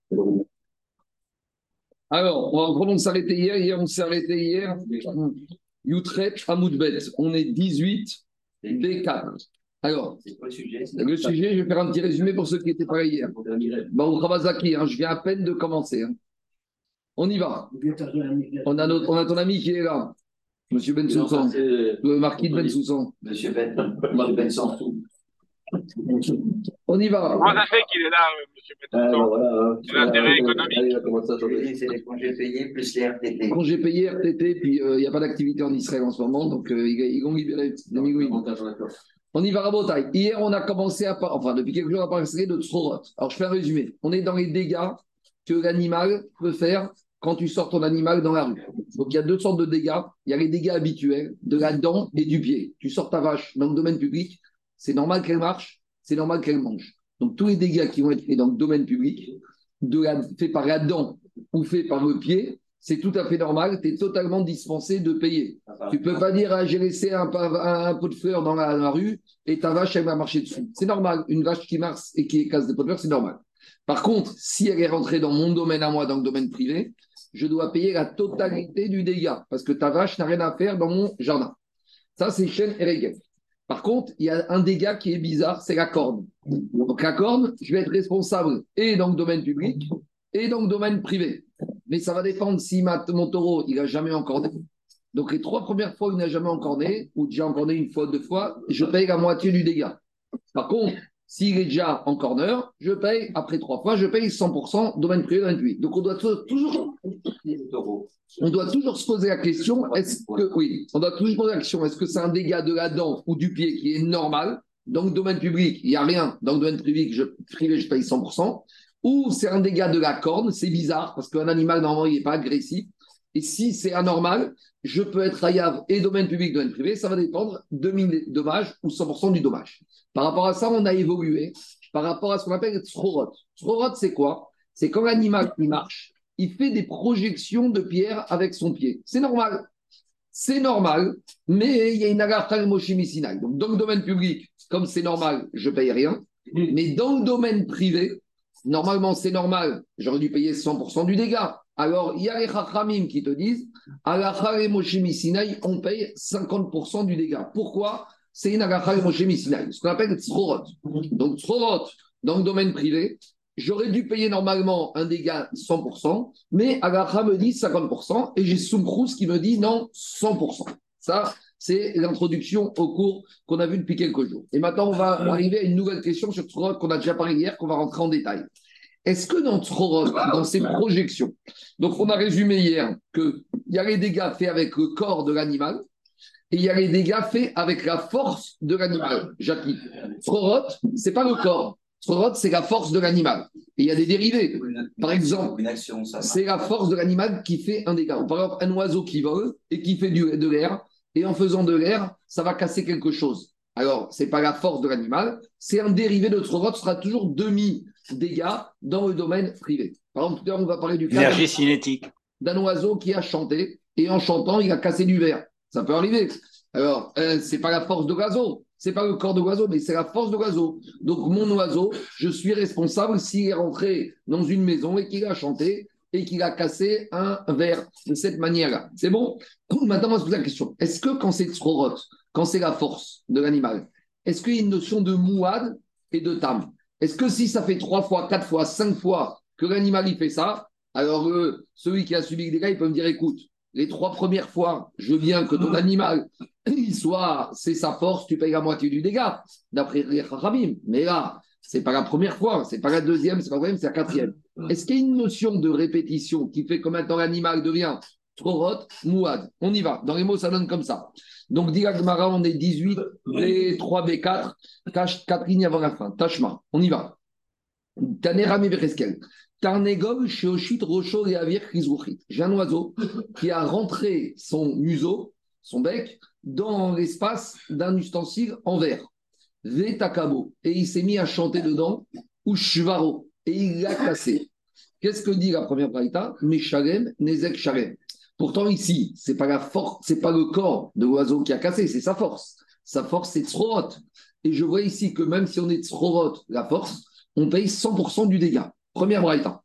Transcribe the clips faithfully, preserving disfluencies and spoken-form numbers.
Alors, on va vraiment s'arrêter hier. Hier, on s'est arrêté hier. Youtret Hamoudbet. On est dix-huit B quatre. Alors, le sujet, je vais faire un petit résumé pour ceux qui étaient pas là hier. Bon, Rabazaki, hein, je viens à peine de commencer. Hein. On y va. On a, notre, on a ton ami qui est là. Monsieur Ben Soussan. Le marquis de Ben Soussan. Monsieur Ben, Monsieur Ben Soussan. On y va. Comment ça fait qu'il est là, euh, monsieur Ah, ben Pétançon? voilà, C'est l'intérêt économique. il a commencé à tomber. C'est les congés payés plus les R T T. Congés payés, R T T, puis il euh, n'y a pas d'activité en Israël en ce moment, donc euh, ils, ils vont libérer des migouilles. On y va à Botaï. Hier, on a commencé à parler, enfin, depuis quelques jours, on a parlé de Tzorot. Alors, je fais un résumé. On est dans les dégâts que l'animal peut faire quand tu sors ton animal dans la rue. Donc, il y a deux sortes de dégâts. Il y a les dégâts habituels de la dent et du pied. Tu sors ta vache dans le domaine public, c'est normal qu'elle marche, c'est normal qu'elle mange. Donc, tous les dégâts qui vont être faits dans le domaine public, de la, faits par la dent ou faits par le pied, c'est tout à fait normal. Tu es totalement dispensé de payer. Tu ne peux pas dire ah, j'ai laissé un, un, un pot de fleurs dans la, dans la rue et ta vache, elle va marcher dessus. C'est normal. Une vache qui marche et qui casse des pots de fleurs, c'est normal. Par contre, si elle est rentrée dans mon domaine à moi, dans le domaine privé, je dois payer la totalité du dégât parce que ta vache n'a rien à faire dans mon jardin. Ça, c'est chaîne et règle. Par contre, il y a un dégât qui est bizarre, c'est la corne. Donc la corne, je vais être responsable et dans le domaine public et dans le domaine privé. Mais ça va dépendre si ma, mon taureau, il n'a jamais encorné. Donc les trois premières fois où il n'a jamais encorné, ou déjà encorné une fois, deux fois, je paye la moitié du dégât. Par contre, s'il est déjà en corner, je paye, après trois fois, je paye cent pour cent domaine privé, domaine public. Donc on doit toujours, on doit toujours se poser la question, est-ce que, oui, on doit toujours se poser la question, est-ce que c'est un dégât de la dent ou du pied qui est normal? Dans le domaine public, il n'y a rien. Dans le domaine privé, je, privé, je paye cent pour cent. Ou c'est un dégât de la corne, c'est bizarre, parce qu'un animal, normalement, il n'est pas agressif. Et si c'est anormal, je peux être hayav et domaine public, domaine privé, ça va dépendre de mes dommages ou cent pour cent du dommage. Par rapport à ça, on a évolué par rapport à ce qu'on appelle tzorot. Tzorot, c'est quoi? C'est quand l'animal il marche, il fait des projections de pierre avec son pied. C'est normal. C'est normal, mais il y a une agartha moshimi sinai. Donc, dans le domaine public, comme c'est normal, je ne paye rien. Mais dans le domaine privé, normalement, c'est normal, j'aurais dû payer cent pour cent du dégât. Alors, il y a les chachamim qui te disent, à la moshimi sinai, on paye cinquante pour cent du dégât. Pourquoi? C'est une agartha moshimi sinai, ce qu'on appelle tzorot. Donc, tzorot, dans le domaine privé, j'aurais dû payer normalement un dégât cent pour cent, mais Agacha me dit cinquante pour cent et j'ai Soumkrous qui me dit non, cent pour cent. Ça, c'est l'introduction au cours qu'on a vu depuis quelques jours. Et maintenant, on va arriver à une nouvelle question sur Tzorot qu'on a déjà parlé hier, qu'on va rentrer en détail. Est-ce que dans Tzorot, dans ces projections, donc on a résumé hier qu'il y a les dégâts faits avec le corps de l'animal et il y a les dégâts faits avec la force de l'animal. Jackie, Tzorot, ce n'est pas le corps. Tzorot, c'est la force de l'animal. Et il y a des dérivés. Par exemple, c'est la force de l'animal qui fait un dégât. Par exemple, un oiseau qui vole et qui fait du, de l'air, et en faisant de l'air, ça va casser quelque chose. Alors, ce n'est pas la force de l'animal, c'est un dérivé de Tzorot, ce sera toujours demi-dégâts dans le domaine privé. Par exemple, tout à l'heure, on va parler du cas énergie cinétique d'un oiseau qui a chanté, et en chantant, il a cassé du verre. Ça peut arriver. Alors, euh, ce n'est pas la force de l'oiseau. Ce n'est pas le corps de l'oiseau, mais c'est la force de l'oiseau. Donc, mon oiseau, je suis responsable s'il est rentré dans une maison et qu'il a chanté et qu'il a cassé un verre de cette manière-là. C'est bon? Maintenant, on va se poser la question. Est-ce que quand c'est tzorot, quand c'est la force de l'animal, est-ce qu'il y a une notion de mouad et de tam? Est-ce que si ça fait trois fois, quatre fois, cinq fois que l'animal il fait ça, alors euh, celui qui a subi le dégât, il peut me dire, écoute, les trois premières fois, je viens que ton animal, il soit, c'est sa force, tu payes la moitié du dégât, d'après les Chachamim. Mais là, c'est pas la première fois, c'est pas la deuxième, c'est pas la troisième, c'est la quatrième. Est-ce qu'il y a une notion de répétition qui fait que maintenant l'animal devient Tzorot, Mouad? On y va. Dans les mots, ça donne comme ça. Donc, dit Gemara, on est dix-huit, B trois, B quatre, tâche quatre lignes avant la fin. Tashma, on y va. Tanerami Bereskel. Tarnegov, Sheoshit, Rocho et Avir, Chizruchit. J'ai un oiseau qui a rentré son museau, son bec, dans l'espace d'un ustensile en verre. Vetakabo. Et il s'est mis à chanter dedans, ou Shvaro. Et il l'a cassé. Qu'est-ce que dit la première braïta? Meshalem, Nezek Shalem. Pourtant, ici, ce n'est pas la force, c'est pas le corps de l'oiseau qui a cassé, c'est sa force. Sa force, c'est Tzorot. Et je vois ici que même si on est Tzorot, la force, on paye cent pour cent du dégât. Première braïta.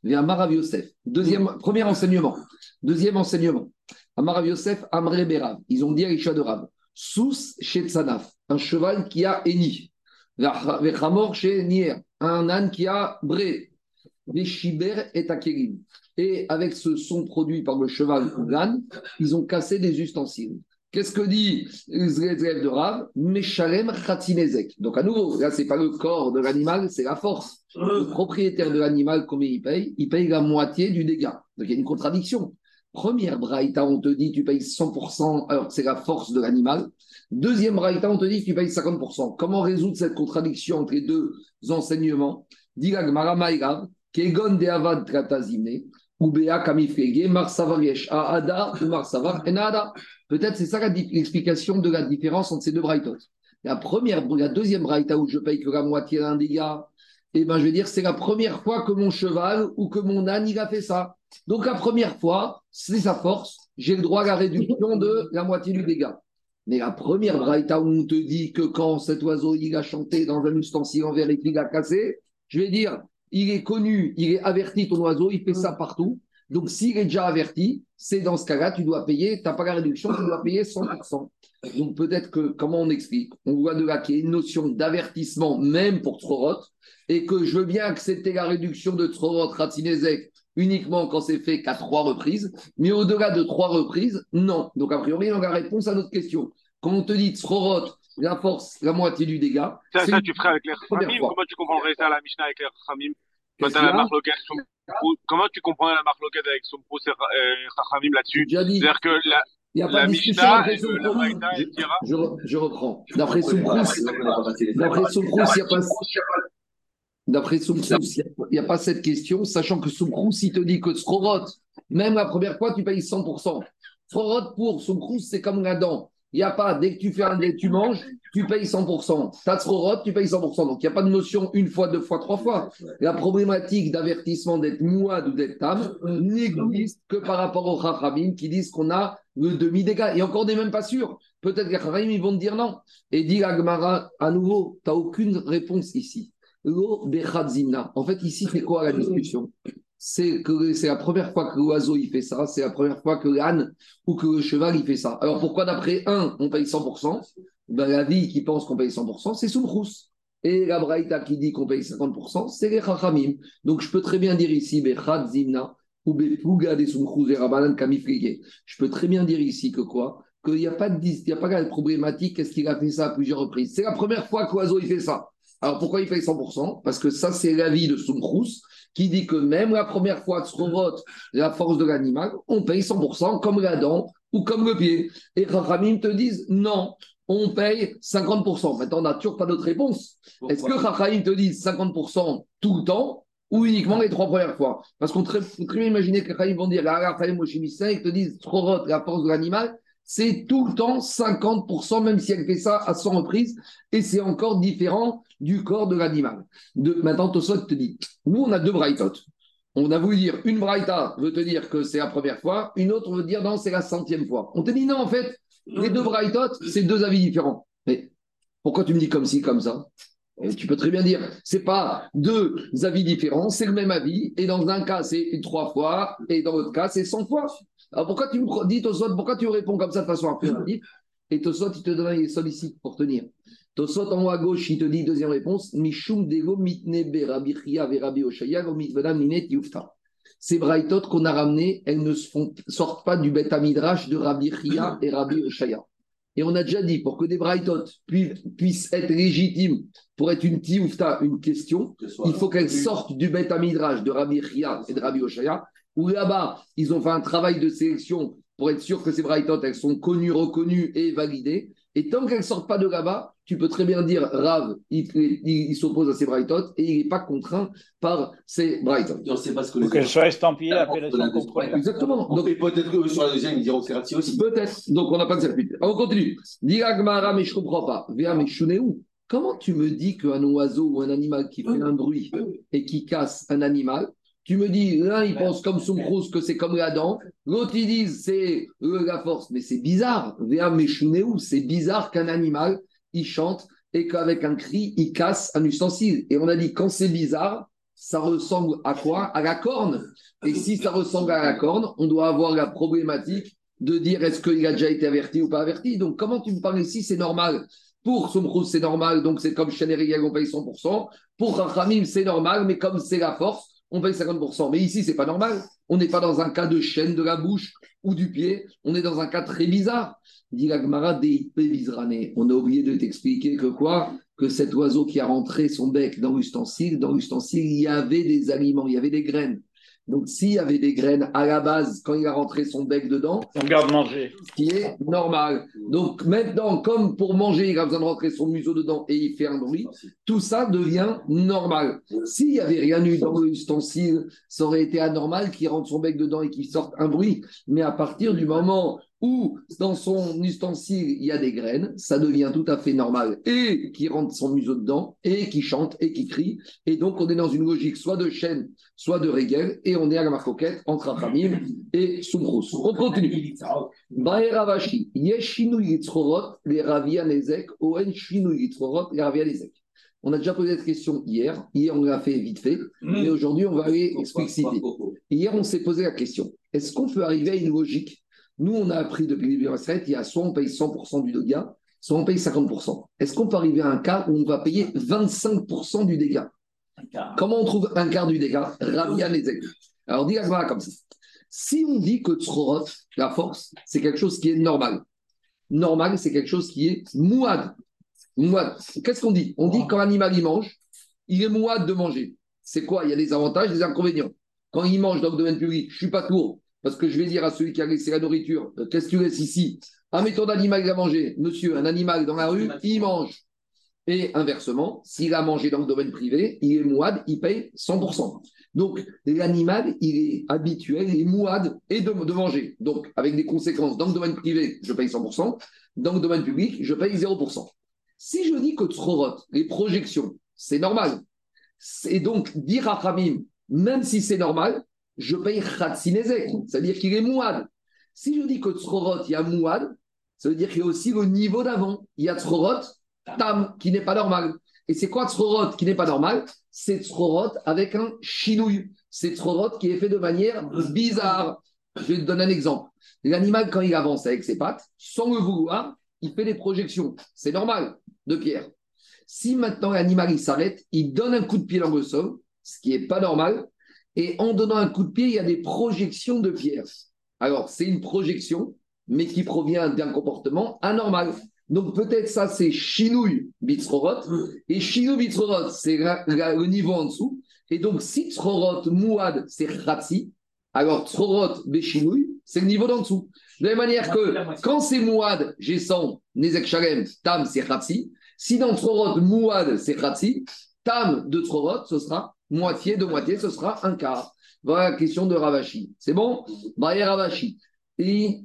Amar Rav Yosef. Deuxième, premier enseignement. Deuxième enseignement. Amar Rav Yosef, Amre Berav. Ils ont dit à Isha de Rav. Sous chez Tzanaf, un cheval qui a Eni. Vechamor chez Nier, un âne qui a Bré. Veshiber et Akerim. Et avec ce son produit par le cheval ou l'âne, ils ont cassé des ustensiles. Qu'est-ce que dit les élèves de Rav? Meshalem Khatinezek. Donc à nouveau, là, ce n'est pas le corps de l'animal, c'est la force. Le propriétaire de l'animal, combien il paye? Il paye la moitié du dégât. Donc il y a une contradiction. Première braïta, on te dit tu payes cent pour cent, alors c'est la force de l'animal. Deuxième braïta, on te dit tu payes cinquante pour cent. Comment résoudre cette contradiction entre les deux enseignements? Dit la Gemara Maïrav, Kegon de Avad Katazime, Ubea Kamifege, Marsavar Yesh Aada ou Marsavar Enada. Peut-être c'est ça l'explication de la différence entre ces deux braïtot. La première, la deuxième braïta où je paye que la moitié d'un dégât, eh ben je vais dire c'est la première fois que mon cheval ou que mon âne il a fait ça. Donc la première fois, c'est sa force, j'ai le droit à la réduction de la moitié du dégât. Mais la première braïta où on te dit que quand cet oiseau il a chanté dans un ustensile en verre et qu'il a cassé, je vais dire il est connu, il est averti ton oiseau, il fait ça partout. Donc, s'il est déjà averti, c'est dans ce cas-là, tu dois payer, tu n'as pas la réduction, tu dois payer cent pour cent. Donc, peut-être que, comment on explique? On voit de là qu'il y a une notion d'avertissement, même pour Tzorot, et que je veux bien accepter la réduction de Tzorot, Ratinezek, uniquement quand c'est fait qu'à trois reprises, mais au-delà de trois reprises, non. Donc, a priori, on a la réponse à notre question. Quand on te dit Tzorot, la force, la moitié du dégât. Ça, ça tu ferais avec les Chachamim? Comment tu comprendrais ça, la Mishnah avec les Chachamim? Quand tu as la marloquette, comment tu comprendrais la marloquette avec Somprous et Chachamim là-dessus? C'est-à-dire que la, il y a la pas Mishnah et la Braïta, elle dira. Je, je reprends. D'après Somprous, d'après Somprous, il n'y a pas. D'après Somprous, il n'y a pas cette question, sachant que Somprous, il te dit que Srorot, même la première fois, tu payes cent pour cent. Srorot pour Somprous, c'est comme la dent. Il n'y a pas, dès que tu fais un dé, tu manges, tu payes cent pour cent. Tatsrorot, tu payes cent pour cent. Donc, il n'y a pas de notion une fois, deux fois, trois fois. La problématique d'avertissement d'être mouad ou d'être tam n'existe que par rapport aux chachamim qui disent qu'on a le demi-dégât. Et encore, on n'est même pas sûr. Peut-être que les chachamim, ils vont te dire non. Et dit la Gemara, à nouveau, tu n'as aucune réponse ici. Lo bechadzimna. En fait, ici, c'est quoi la discussion? C'est que c'est la première fois que l'oiseau il fait ça, c'est la première fois que l'âne ou que le cheval il fait ça. Alors pourquoi d'après un, on paye cent pour cent? Ben, la vie qui pense qu'on paye cent pour cent, c'est Soumchrous. Et la Braïta qui dit qu'on paye cinquante pour cent, c'est les Chachamim. Donc je peux très bien dire ici, Bechad Zimna, ou Bepluga des Soumchrous et Rabanan Kamiflige. Je peux très bien dire ici que quoi? Qu'il n'y a pas de il y a pas de problématique, est-ce qu'il a fait ça à plusieurs reprises? C'est la première fois que l'oiseau il fait ça. Alors pourquoi il paye cent pour cent? Parce que ça, c'est l'avis de Soumchrous, qui dit que même la première fois de Srorot, la force de l'animal, on paye cent pour cent comme la dent ou comme le pied. Et Chachamim te disent non, on paye cinquante pour cent. Maintenant, on n'a toujours pas d'autre réponse. Pourquoi? Est-ce que Chachamim te disent cinquante pour cent tout le temps ou uniquement les trois premières fois? Parce qu'on peut très bien imaginer que Chachamim vont dire ah, Chachamim au chimicien, ils te disent Srorot, la force de l'animal, c'est tout le temps cinquante pour cent, même si elle fait ça à cent reprises, et c'est encore différent du corps de l'animal. De, maintenant, Tosot te dit, nous, on a deux braïtot. On a voulu dire, une braïta veut te dire que c'est la première fois, une autre veut dire, non, c'est la centième fois. On te dit, non, en fait, les deux braïtot, c'est deux avis différents. Mais pourquoi tu me dis comme ci, comme ça? Et tu peux très bien dire, c'est pas deux avis différents, c'est le même avis, et dans un cas, c'est trois fois, et dans l'autre cas, c'est cent fois. Alors pourquoi tu me dis, Tosot, pourquoi tu me réponds comme ça de façon affirmative? Et Tosot, il te donne les sollicite pour tenir. Tosot, en haut à gauche, il te dit, deuxième réponse, Mishum dego mitne be Rabbi Chia ve Rabbi Oshaya go mitvedam minet yufta. Ces braïtot qu'on a ramenées, elles ne se font, sortent pas du Beth Midrash de Rabbi Chia et Rabbi Oshaya. Et on a déjà dit, pour que des braïtot puissent, puissent être légitimes pour être une tioufta, une question, il faut qu'elles sortent du Beth Midrash de Rabbi Chia et de Rabbi Oshaya, où là-bas, ils ont fait un travail de sélection pour être sûr que ces braïtot, elles sont connues, reconnues et validées. Et tant qu'elles ne sortent pas de là-bas, tu peux très bien dire Rav, il, il, il s'oppose à ces braïtot et il n'est pas contraint par ces braïtot. Il faut qu'elles soient estampillées appellation contrôle. Exactement. Donc, et peut-être que sur la deuxième, ils diront que c'est Ratsi aussi. Peut-être. Donc, on n'a pas de circuit. On continue. Diragmara, mais je ne comprends pas. Véa, mais où? Comment tu me dis qu'un oiseau ou un animal qui fait un bruit et qui casse un animal, tu me dis, l'un il pense comme son crouse que c'est comme la dent, l'autre il dit c'est euh, la force, mais c'est bizarre. Véa Meshunéou, c'est bizarre qu'un animal il chante et qu'avec un cri il casse un ustensile. Et on a dit quand c'est bizarre, ça ressemble à quoi? À la corne. Et si ça ressemble à la corne, on doit avoir la problématique de dire est-ce qu'il a déjà été averti ou pas averti. Donc, comment tu me parles ici, c'est normal. Pour Somkrous, c'est normal, donc c'est comme chez Nérigal, on paye cent pour cent. Pour Rachamim, c'est normal, mais comme c'est la force, on paye cinquante pour cent. Mais ici, c'est pas normal. On n'est pas dans un cas de chaîne de la bouche ou du pied. On est dans un cas très bizarre. Dit la Gemara, on a oublié de t'expliquer que quoi? Que cet oiseau qui a rentré son bec dans l'ustensile, dans l'ustensile, il y avait des aliments, il y avait des graines. Donc, s'il y avait des graines à la base, quand il a rentré son bec dedans, on garde manger. Ce qui est normal. Donc, maintenant, comme pour manger, il a besoin de rentrer son museau dedans et il fait un bruit, tout ça devient normal. S'il n'y avait rien eu dans l'ustensile, ça aurait été anormal qu'il rentre son bec dedans et qu'il sorte un bruit. Mais à partir du moment où dans son ustensile, il y a des graines, ça devient tout à fait normal. Et qui rentre son museau dedans, et qui chante, et qui crie. Et donc, on est dans une logique soit de chaîne, soit de régel, et on est à la marcoquette entre Rachamim et Somkrous. On continue. Baeravashi, Yeshinu Yitzchorot, les Ravia Nezek, Oen Shinu Yitzchorot, les Ravia Nezek. On a déjà posé cette question hier. Hier, on l'a fait vite fait. Mais aujourd'hui, on va aller expliciter. Hier, on s'est posé la question. Est-ce qu'on peut arriver à une logique? Nous, on a appris depuis le début de la retraite, il y a soit on paye cent pour cent du dégât, soit on paye cinquante pour cent. Est-ce qu'on peut arriver à un cas où on va payer vingt-cinq pour cent du dégât? Comment on trouve un quart du dégât? Ravia Nezek. Alors, dis la comme ça. Si on dit que Tzrorot, la force, c'est quelque chose qui est normal. Normal, c'est quelque chose qui est mouad. Mouad. Qu'est-ce qu'on dit? On dit quand l'animal il mange, il est mouad de manger. C'est quoi? Il y a des avantages, des inconvénients. Quand il mange dans le domaine public, je ne suis pas tour. Parce que je vais dire à celui qui a laissé la nourriture, qu'est-ce que tu laisses ici? Ah, mais ton animal, il a mangé. Monsieur, un animal dans la rue, il mange. Et inversement, s'il a mangé dans le domaine privé, il est mouad, il paye cent pour cent. Donc, l'animal, il est habituel, il est mouad et de, de manger. Donc, avec des conséquences, dans le domaine privé, je paye cent pour cent. Dans le domaine public, je paye zéro pour cent. Si je dis que Tzrorot, les projections, c'est normal. Et donc, dire à Khamim, même si c'est normal, je paye Khatsinezek, c'est-à-dire qu'il est mouad. Si je dis que Tzrorot, il y a mouad, ça veut dire qu'il y a aussi le niveau d'avant. Il y a Tzrorot, tam, qui n'est pas normal. Et c'est quoi Tzrorot qui n'est pas normal? C'est Tzrorot avec un chinouille. C'est Tzrorot qui est fait de manière bizarre. Je vais te donner un exemple. L'animal, quand il avance avec ses pattes, sans le vouloir, il fait des projections. C'est normal, de pierre. Si maintenant l'animal il s'arrête, il donne un coup de pied dans le sol, ce qui n'est pas normal, et en donnant un coup de pied, il y a des projections de pierre. Alors, c'est une projection, mais qui provient d'un comportement anormal. Donc, peut-être ça, c'est chinouille bitzrorot, et chinouille bitzrorot, c'est la, la, le niveau en dessous. Et donc, si tzrorot mouad, c'est khatsi, alors tzrorot béchinouille, c'est le niveau d'en dessous. De la même manière que quand c'est mouad, j'ai cent, nezek shalem, tam, c'est khatsi. Si dans tzrorot mouad, c'est khatsi, tam de tzrorot, ce sera moitié de moitié, ce sera un quart. Voilà la question de Ravashi. C'est bon? Baye Ravashi. Si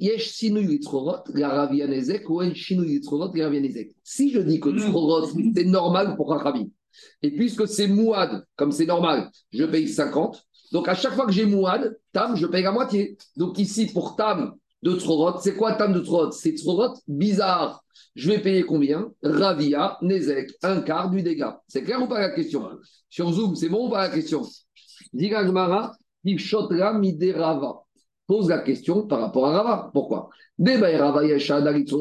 je dis que tzrorot, c'est normal pour un rabbi, et puisque c'est mouad, comme c'est normal, je paye cinquante. Donc à chaque fois que j'ai mouad, tam, je paye la moitié. Donc ici, pour tam de tzrorot, c'est quoi tam de tzrorot? C'est tzrorot bizarre. Je vais payer combien? Ravia, Nezek, un quart du dégât. C'est clair ou pas la question? Sur Zoom, c'est bon ou pas la question? Diga Gemara, Shotra Miderava. Pose la question par rapport à Rava. Pourquoi? Qu'est-ce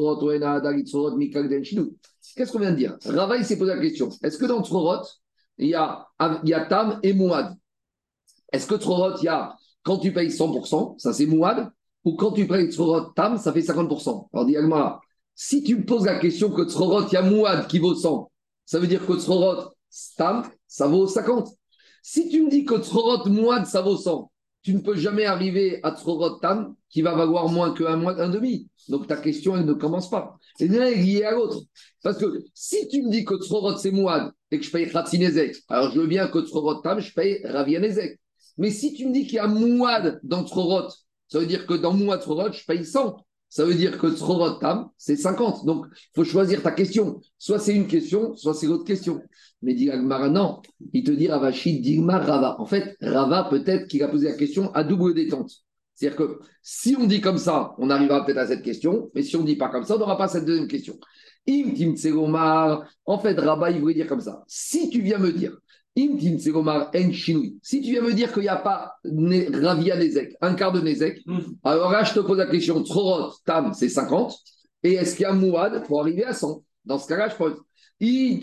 qu'on vient de dire? Rava, il s'est posé la question. Est-ce que dans Tzrorot, il y a, il y a Tam et Mouad? Est-ce que Tzrorot, il y a, quand tu payes cent pour cent, ça c'est Mouad, ou quand tu payes Tzrorot Tam, ça fait cinquante pour cent? Alors, dis Gemara, si tu me poses la question que Tzrorot, il y a Mouad qui vaut cent, ça veut dire que Tzrorot Tam, ça vaut cinquante. Si tu me dis que Tzrorot Mouad, ça vaut cent, tu ne peux jamais arriver à Tzrorot Tam qui va valoir moins qu'un mois, un demi. Donc ta question, elle ne commence pas. Et l'un est lié à l'autre. Parce que si tu me dis que Tzrorot c'est Mouad et que je paye Khatsinezek, alors je veux bien que Tzrorot Tam, je paye Ravianezek. Mais si tu me dis qu'il y a Mouad dans Tzrorot, ça veut dire que dans Mouad Tzrorot, je paye cent. Ça veut dire que Tzrorot Tam, c'est cinquante. Donc, il faut choisir ta question. Soit c'est une question, soit c'est l'autre question. Mais dit Agmara, non. Il te dit Ravashi, Digma Rava. En fait, Rava, peut-être qu'il a posé la question à double détente. C'est-à-dire que si on dit comme ça, on arrivera peut-être à cette question. Mais si on ne dit pas comme ça, on n'aura pas cette deuxième question. Im Tim Tselomar. En fait, Rava, il voulait dire comme ça. Si tu viens me dire, Si tu viens me dire qu'il n'y a pas Ravia Nezek, un quart de Nezek, mm. alors là, je te pose la question, Tzorot, Tam, c'est cinquante, et est-ce qu'il y a Mouad pour arriver à cent? Dans ce cas-là, je pose. Et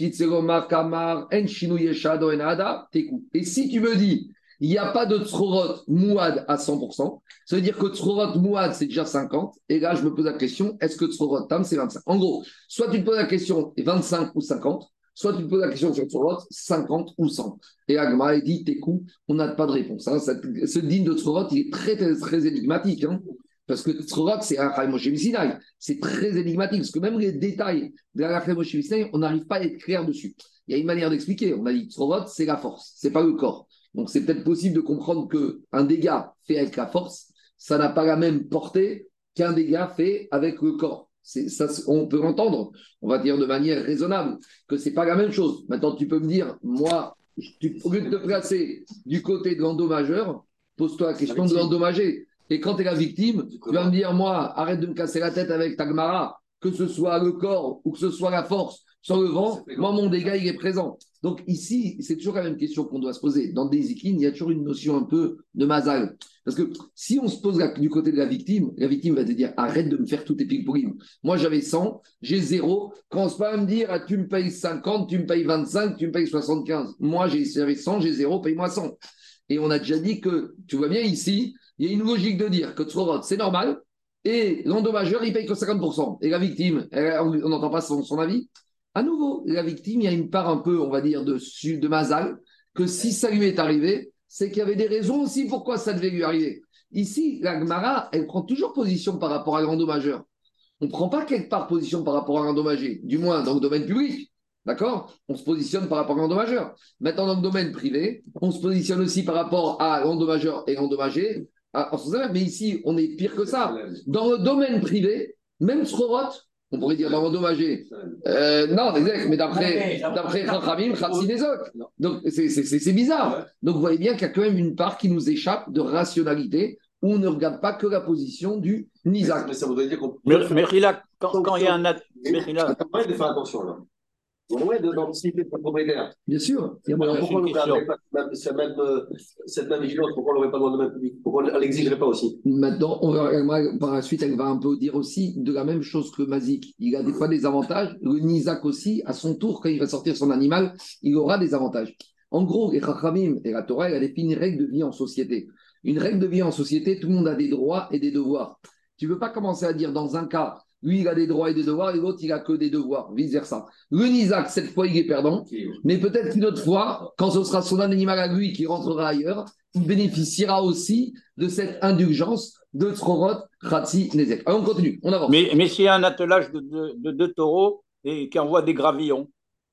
si tu me dis, il n'y a pas de Tzorot Mouad à cent pour cent, ça veut dire que Tzorot Mouad, c'est déjà cinquante, et là, je me pose la question, est-ce que Tzorot Tam, c'est vingt-cinq? En gros, soit tu te poses la question, vingt-cinq ou cinquante, soit tu te poses la question sur Tzorot, cinquante ou cent. Et Agma, il dit, t'es coup, on n'a pas de réponse. Hein. Cette, ce digne de Tzorot, il est très, très, très énigmatique. Hein. Parce que Tzorot, c'est un Chaim Moshe Sinai. C'est très énigmatique. Parce que même les détails de la Chaim Moshe Sinai, on n'arrive pas à être clair dessus. Il y a une manière d'expliquer. On a dit Tzorot, c'est la force, c'est pas le corps. Donc c'est peut-être possible de comprendre qu'un dégât fait avec la force, ça n'a pas la même portée qu'un dégât fait avec le corps. C'est, ça, on peut entendre, on va dire de manière raisonnable, que ce n'est pas la même chose. Maintenant, tu peux me dire, moi, tu, au lieu de te placer du côté de l'endommageur, pose-toi la question de l'endommagé. Et quand tu es la victime, tu vas me dire, moi, arrête de me casser la tête avec ta Gemara, que ce soit le corps ou que ce soit la force sur le vent, moi, mon dégât, il est présent. Donc ici, c'est toujours la même question qu'on doit se poser. Dans des Zikin, il y a toujours une notion un peu de mazal. Parce que si on se pose la, du côté de la victime, la victime va te dire, arrête de me faire tous tes ping-pong. Moi, j'avais cent, j'ai zéro. Commence pas à me dire, ah, tu me payes cinquante, tu me payes vingt-cinq, tu me payes soixante-quinze. Moi, j'avais cent, j'ai zéro, paye-moi cent. Et on a déjà dit que, tu vois bien ici, il y a une logique de dire que Tzorot, c'est normal, et l'endommageur, il paye que cinquante pour cent. Et la victime, elle, on n'entend pas son, son avis. À nouveau, la victime, il y a une part un peu, on va dire, de, de mazal, que si ça lui est arrivé, c'est qu'il y avait des raisons aussi pourquoi ça devait lui arriver. Ici, la Gemara, elle prend toujours position par rapport à l'endommageur. On ne prend pas quelque part position par rapport à l'endommagé, du moins dans le domaine public. D'accord? On se positionne par rapport à l'endommageur. Maintenant, dans le domaine privé, on se positionne aussi par rapport à l'endommageur et l'endommagé. Mais ici, on est pire que ça. Dans le domaine privé, même Tzorot, on pourrait dire dans l'endommagé. Euh, non, mais d'après Chachamim, Khatsi Nezok. Donc, c'est bizarre. Donc, vous voyez bien qu'il y a quand même une part qui nous échappe de rationalité où on ne regarde pas que la position du Nizak. Mais ça voudrait dire qu'on peut. Mais Rila, quand il y a un. Mais Rila. On de faire attention là. Il y a moyen d'anticiper le propriétaire. Bien sûr. Il y a moyen. Pourquoi on n'aurait pas cette même, cette même vigilance? Pourquoi on n'aurait pas dans le domaine public? Pourquoi on ne l'exigerait pas aussi? Maintenant, on va, par la suite, elle va un peu dire aussi de la même chose que Mazik. Il a des fois des avantages. Le Nizak aussi, à son tour, quand il va sortir son animal, il aura des avantages. En gros, les Chachamim et la Torah, elle a défini une règle de vie en société. Une règle de vie en société, tout le monde a des droits et des devoirs. Tu ne peux pas commencer à dire dans un cas, lui, il a des droits et des devoirs, et l'autre, il n'a que des devoirs, vice-versa. Le Nizak, cette fois, il est perdant, mais peut-être qu'une autre fois, quand ce sera son animal à lui qui rentrera ailleurs, il bénéficiera aussi de cette indulgence de Tzorot, Khatsi, Nezek. Alors, on continue, on avance. Mais, mais s'il y a un attelage de deux de, de taureaux et qui envoie des gravillons,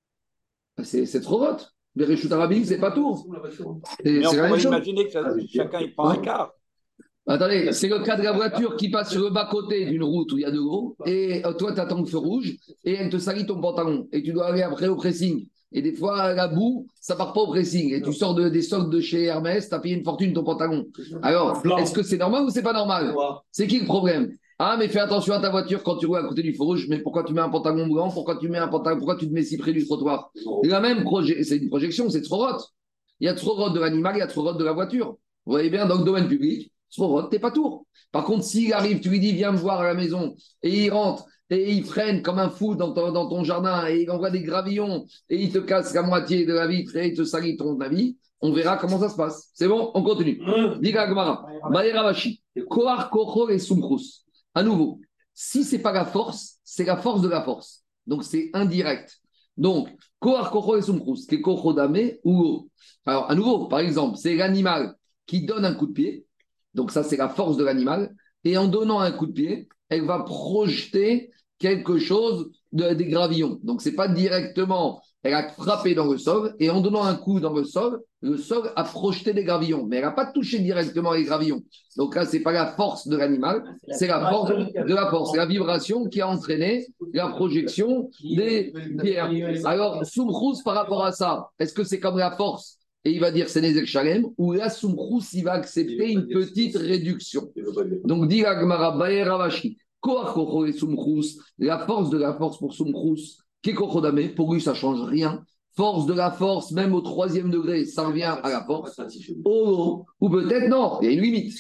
c'est Tzorot. Les Réchut Arabim, c'est pas tout. Mais on pourrait imaginer que ça, chacun il prend un quart. Attendez, c'est le cas de la voiture qui passe sur le bas-côté d'une route où il y a de l'eau, et toi, tu attends le feu rouge, et elle te salit ton pantalon, et tu dois aller après au pressing. Et des fois, la boue, ça part pas au pressing, et tu sors de, des stocks de chez Hermès, tu as payé une fortune ton pantalon. Alors, est-ce que c'est normal ou c'est pas normal? C'est qui le problème? Ah, mais fais attention à ta voiture quand tu roules à côté du feu rouge, mais pourquoi tu mets un pantalon blanc? Pourquoi tu mets un pantalon, pourquoi tu te mets si près du trottoir? La même projet, c'est une projection, c'est Tzorot. Il y a Tzorot de l'animal, il y a Tzorot de la voiture. Vous voyez bien, dans le domaine public, Tzorot, t'es pas tour. Par contre, s'il arrive, tu lui dis, viens me voir à la maison, et il rentre, et il freine comme un fou dans ton, dans ton jardin, et il envoie des gravillons, et il te casse la moitié de la vitre, et il te salit ton avis, on verra comment ça se passe. C'est bon? On continue. Diga Gemara. Baïravashi. Koar Kocho et Sumkrus. À nouveau, si ce n'est pas la force, c'est la force de la force. Donc, c'est indirect. Donc, Koar Kocho et Sumkrus, qui est Kocho Damé ou Go. Alors, à nouveau, par exemple, c'est l'animal qui donne un coup de pied. Donc, ça, c'est la force de l'animal. Et en donnant un coup de pied, elle va projeter quelque chose de, des gravillons. Donc, ce n'est pas directement, elle a frappé dans le sol. Et en donnant un coup dans le sol, le sol a projeté des gravillons. Mais elle n'a pas touché directement les gravillons. Donc là, ce n'est pas la force de l'animal, c'est la force de la force. C'est la vibration qui a entraîné la projection des pierres. Alors, Soumchrous, par rapport à ça, est-ce que c'est comme la force? Et il va dire c'est Nezek Shalem, ou là, Soumchrous, il va accepter une petite réduction. Donc, dit Agmara, Baer Ravashi, Koach Kocho et Soumchrous, la force de la force pour Soumchrous, Kekochodame, pour lui, ça ne change rien. force de la force, même au troisième degré, ça revient à la force. Oh, ou peut-être non, il y a une limite.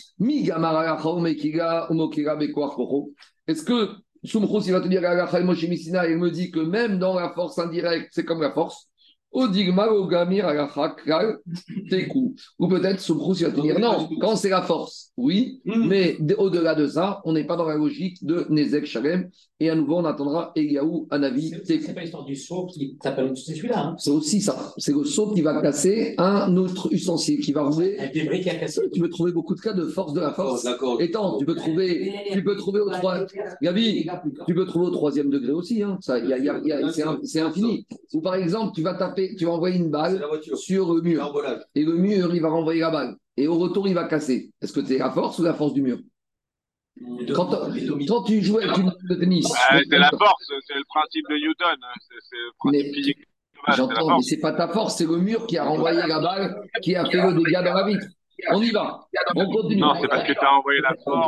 Est-ce que Soumchous, il va te dire à la Moshe Messina, il me dit que même dans la force indirecte, c'est comme la force. Odigma, Ogamir, Alachakal, Teku. Ou peut-être Soumchous, il va te dire non, quand c'est la force, oui, mais au-delà de ça, on n'est pas dans la logique de Nezek Shalem. Et à nouveau, on attendra Eliaou, Anavi, Teku. C'est pas l'histoire du saut qui s'appelle, c'est celui-là. Hein. C'est aussi ça. C'est le saut qui va casser un autre ustensile qui va rouler. Un débris qui a cassé. Tu peux trouver beaucoup de cas de force de la force. Oh, d'accord. Étant, tu peux trouver, tu peux trouver au trois, Gabi, tu peux trouver au troisième degré aussi. Hein. Ça, y a, y a, y a, c'est, un, c'est infini. Ou par exemple, tu vas taper, tu vas envoyer une balle sur le mur, et le mur, il va renvoyer la balle, et au retour, il va casser. Est-ce que c'est la force ou la force du mur? Quand, quand tu jouais avec une balle de tennis, ouais, c'est la force, c'est le principe de Newton, c'est, c'est le principe mais, physique. J'entends, mais c'est pas ta force, c'est le mur qui a renvoyé la balle, qui a fait le dégât dans la vitre. On y va, on continue. Non, c'est parce que tu as envoyé la force.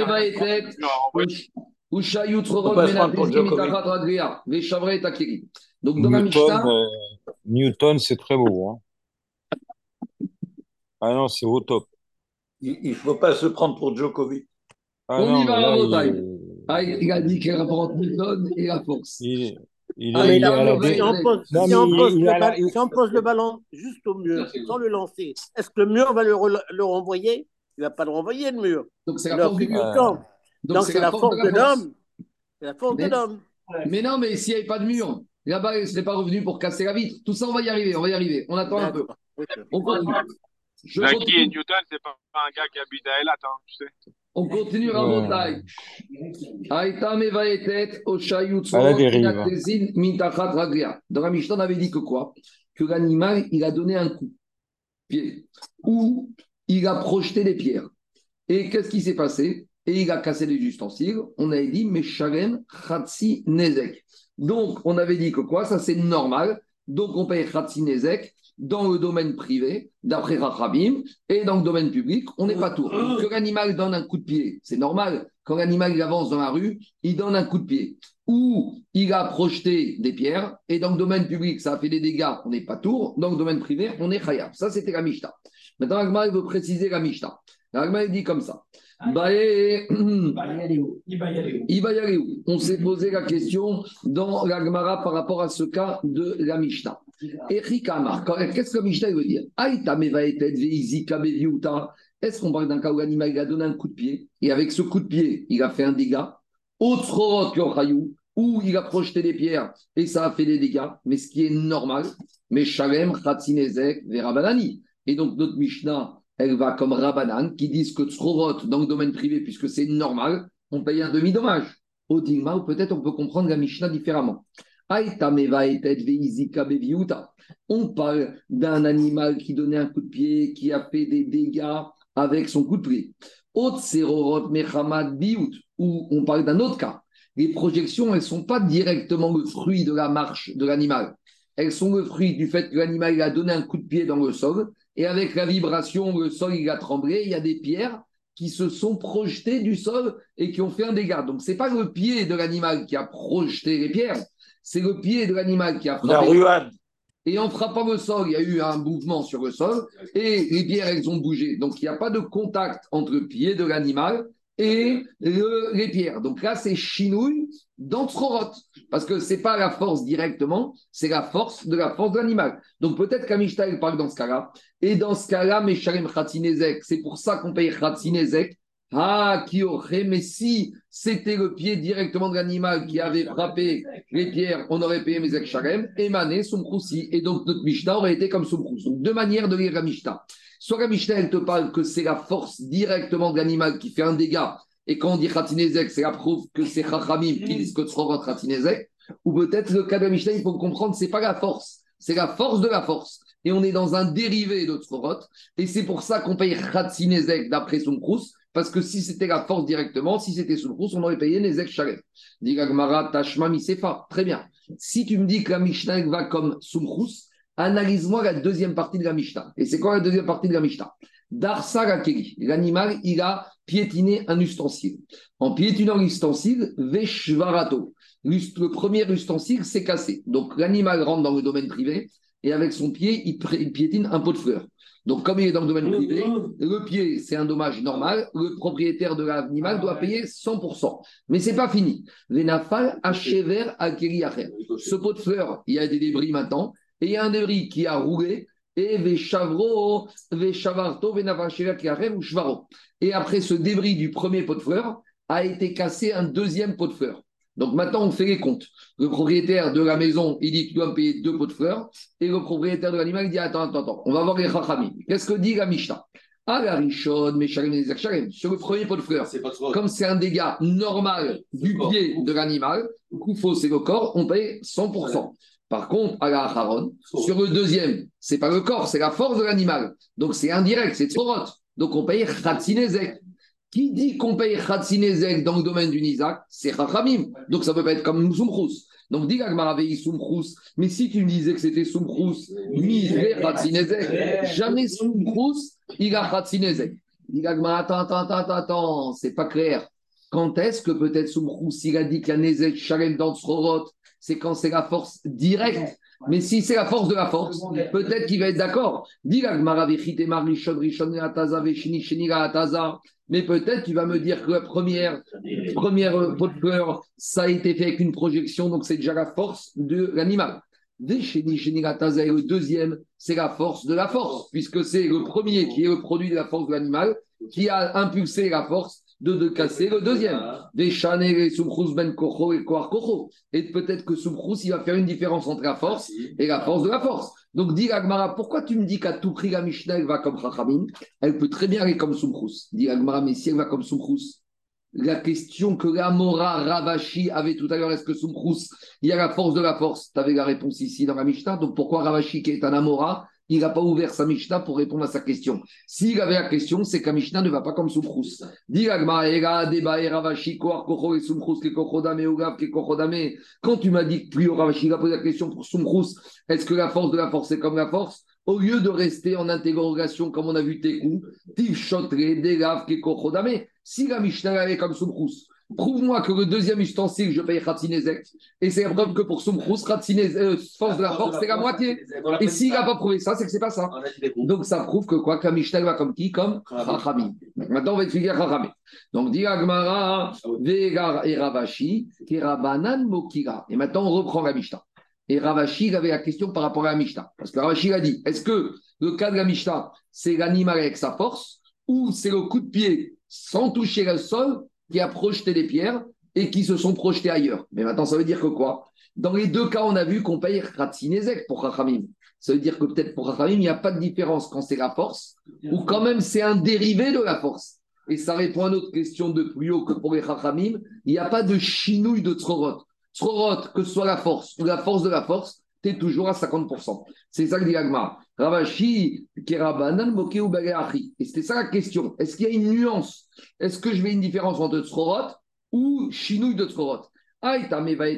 Donc dans la Mishnah, euh, Newton, c'est très beau. Hein. Ah non, c'est au top. Il ne faut pas se prendre pour Djokovic. Ah on non, y va là, à il... Ah, il a dit qu'il rapporte Newton et la force. Il, il, Ah, est, mais il est à la là, si on dé... pose, Non, si mais on il, pose il le, est à la... ba- si on pose le ballon juste au mur, sans le lancer, est-ce que le mur va le, re- le renvoyer? Il ne va pas le renvoyer, le mur. Donc c'est Il la a force du pris mur. du temps. Donc Donc c'est c'est la la force force de de la force. l'homme. C'est la force de Mais, l'homme. mais non, mais s'il n'y avait pas de mur, là-bas, il ne serait pas revenu pour casser la vitre. Tout ça, on va y arriver, on va y arriver. On attend un peu. D'accord. Ok. On continue. Je Zaki et continue. Newton, c'est pas un gars qui habite à Elat, hein, tu sais. On continue à Ouais. montagne. Aïta mevaetet oshayutso À la dérive. minatezin mitachat raglia. Dans la Mishnah, on avait dit que quoi? Que l'animal, il a donné un coup, pied, ou il a projeté des pierres. Et qu'est-ce qui s'est passé? Et il a cassé les ustensiles. On avait dit, mais Shalem Khatsi Nezek. Donc, on avait dit que quoi? Ça, c'est normal. Donc, on paye Khatsi Nezek dans le domaine privé, d'après Rachabim, et dans le domaine public, on n'est pas tout. Que l'animal donne un coup de pied, c'est normal. Quand l'animal il avance dans la rue, il donne un coup de pied. Ou il a projeté des pierres, et dans le domaine public, ça a fait des dégâts, on n'est pas tour. Dans le domaine privé, on est Khayab. Ça, c'était la Mishnah. Maintenant, l'Agma veut préciser la Mishnah. L'Agma dit comme ça. Baé, Il va y aller où? Il va y aller où? il va y aller où? On s'est posé la question dans la Gemara par rapport à ce cas de la Mishnah. Et Rikama, qu'est-ce que la Mishnah veut dire? Est-ce qu'on parle d'un cas où l'animal il a donné un coup de pied et avec ce coup de pied, il a fait un dégât? Ou il a projeté des pierres et ça a fait des dégâts, mais ce qui est normal, mais Shalem, Khatsinezek, Verabanani. Et donc notre Mishnah, elle va comme Rabbanan, qui disent que Tzrorot, dans le domaine privé, puisque c'est normal, on paye un demi-dommage. Au Digma, ou peut-être on peut comprendre la Mishnah différemment. On parle d'un animal qui donnait un coup de pied, qui a fait des dégâts avec son coup de pied. Ou on parle d'un autre cas. Les projections, elles ne sont pas directement le fruit de la marche de l'animal. Elles sont le fruit du fait que l'animal a donné un coup de pied dans le sol. Et avec la vibration, le sol il a tremblé, il y a des pierres qui se sont projetées du sol et qui ont fait un dégât. Donc, ce n'est pas le pied de l'animal qui a projeté les pierres, c'est le pied de l'animal qui a frappé. La ruade. Et en frappant le sol, il y a eu un mouvement sur le sol et les pierres, elles ont bougé. Donc, il n'y a pas de contact entre le pied de l'animal et le, les pierres. Donc là, c'est chinouille d'Antrorot. Parce que ce n'est pas la force directement, c'est la force de la force de l'animal. Donc peut-être qu'Amishta, il parle dans ce cas-là. Et dans ce cas-là, Meshalem Khatsinezek, c'est pour ça qu'on paye Khatsinezek. Ah, qui aurait, mais si c'était le pied directement de l'animal qui avait frappé les pierres, on aurait payé Mezek Shalem, Emané, Soumkroussi. Et donc notre Mishnah aurait été comme Soumkrous. Donc deux manières de lire la Mishnah. Soit la Mishnah, elle te parle que c'est la force directement de l'animal qui fait un dégât. Et quand on dit Khatinezek, c'est la preuve que c'est Chachamim qui disent que Tzrorot Khatinezek. Ou peut-être le cas de la Mishnah, il faut comprendre, c'est pas la force, c'est la force de la force. Et on est dans un dérivé de Tzrorot. Et c'est pour ça qu'on paye Khatinezek d'après Soumkrous. Parce que si c'était la force directement, si c'était Soumkrous, on aurait payé Nezek Shalem. Dit Gagmara, Tashma, Misefa. Très bien. Si tu me dis que la Mishnah va comme Soumkrous, analyse-moi la deuxième partie de la Mishnah. Et c'est quoi la deuxième partie de la Mishnah? Darsa Rakeli. L'animal, il a piétiné un ustensile. En piétinant l'ustensile, Veshvarato. Le premier ustensile s'est cassé. Donc l'animal rentre dans le domaine privé et avec son pied, il, pré- il piétine un pot de fleurs. Donc, comme il est dans le domaine privé, le pied, c'est un dommage normal. Le propriétaire de l'animal doit payer cent pour cent. Mais ce n'est pas fini. Vénafal achever akeli acher. Ce pot de fleurs, il y a des débris maintenant, et il y a un débris qui a roulé, et veshavro, veshavarto, vénafal achever akeli acher ou shvaro. Et après ce débris du premier pot de fleurs, a été cassé un deuxième pot de fleurs. Donc maintenant, on fait les comptes. Le propriétaire de la maison, il dit qu'il doit me payer deux pots de fleurs. Et le propriétaire de l'animal, il dit attends, attends, attends, on va voir les chachamim. Qu'est-ce que dit la Mishnah? Ah, la richonne, mais sur le premier pot de fleurs, comme c'est un dégât normal du pied de l'animal, Koufo, c'est le corps, on paye cent pour cent. Par contre, à la Haron, sur le deuxième, c'est pas le corps, c'est la force de l'animal. Donc c'est indirect, c'est Tzorot. Donc on paye Khatsinezek. Qui dit qu'on paye Khatsinezek dans le domaine du Nizak, c'est Chachamim. Donc ça ne peut pas être comme Soumchrous. Donc dis Gagmaravei Soumchrous. Mais si tu me disais que c'était Soumchrous, misé Khatsinezek, jamais Soumchrous, il a Khatsinezek. Dis Gagmar, attends, attends, attends, attends, c'est pas clair. Quand est-ce que peut-être Soumchrous, il a dit qu'il y a Nezek Shalem dans Tzorot, c'est quand c'est la force directe. Mais si c'est la force de la force, peut-être qu'il va être d'accord. Dis Gagmaravei Chitemar Rishon Rishon Ataza Veshini Shenira Ataza. Mais peut-être qu'il va me dire que la première, première pot de fleurs, ça a été fait avec une projection, donc c'est déjà la force de l'animal. Le deuxième, c'est la force de la force, puisque c'est le premier qui est le produit de la force de l'animal, qui a impulsé la force de, de casser le deuxième. Et peut-être que Soumchrous, il va faire une différence entre la force et la force de la force. Donc, dit Agmara, pourquoi tu me dis qu'à tout prix, la Mishnah, elle va comme Chachamim? Elle peut très bien aller comme Soumchrous. Dit Agmara, mais si elle va comme Soumchrous, la question que la Mora Ravashi avait tout à l'heure, est-ce que Soumchrous, il y a la force de la force? Tu avais la réponse ici dans la Mishnah. Donc, pourquoi Ravashi, qui est un Amora, il n'a pas ouvert sa Mishnah pour répondre à sa question? S'il avait la question, c'est que la Mishnah ne va pas comme Soumchrous. Dit Agmara, Ravashi, Kocho et Soumchrous, qui Kochodame, Ogav, qui Kochodame. Quand tu m'as dit que plus Ravashi va poser la question pour Soumchrous, est-ce que la force de la force est comme la force? Au lieu de rester en interrogation, comme on a vu Tekou, Tiv Shotre, Delav, Kekochodame, si la Mishnah est comme Soumchrous, prouve-moi que le deuxième ustensile, je paye Khatsinezek, et c'est la preuve que pour Soumchrous, euh, force de la force, c'est la moitié. Et s'il n'a pas prouvé ça, c'est que c'est pas ça. Donc ça prouve que quoi, que la Mishnah va comme qui? Comme Chachamim. Maintenant, on va expliquer Chachamim. Donc, dit Agmara, Vegar et Ravashi, Kerabanan Mokira. Et maintenant, on reprend la Mishnah. Et Ravashi, il avait la question par rapport à la Mishnah. Parce que Ravashi a dit, est-ce que le cas de la Mishnah, c'est l'animal avec sa force, ou c'est le coup de pied sans toucher le sol qui a projeté les pierres et qui se sont projetées ailleurs? Mais maintenant, ça veut dire que quoi? Dans les deux cas, on a vu qu'on paye Khatsinezek pour Chachamim. Ça veut dire que peut-être pour Chachamim, il n'y a pas de différence quand c'est la force, ou quand même c'est un dérivé de la force. Et ça répond à notre question de plus haut que pour les Chachamim, il n'y a pas de chinouille de Tzorot. Tzorot, que ce soit la force ou la force de la force, tu es toujours à cinquante pour cent. C'est ça que dit Agmar. Ravashi, Kerabanan, Moke ou Bagayachi. Et c'était ça la question. Est-ce qu'il y a une nuance? Est-ce que je vais une différence entre Tzorot ou chinouille de Tzorot? Est-ce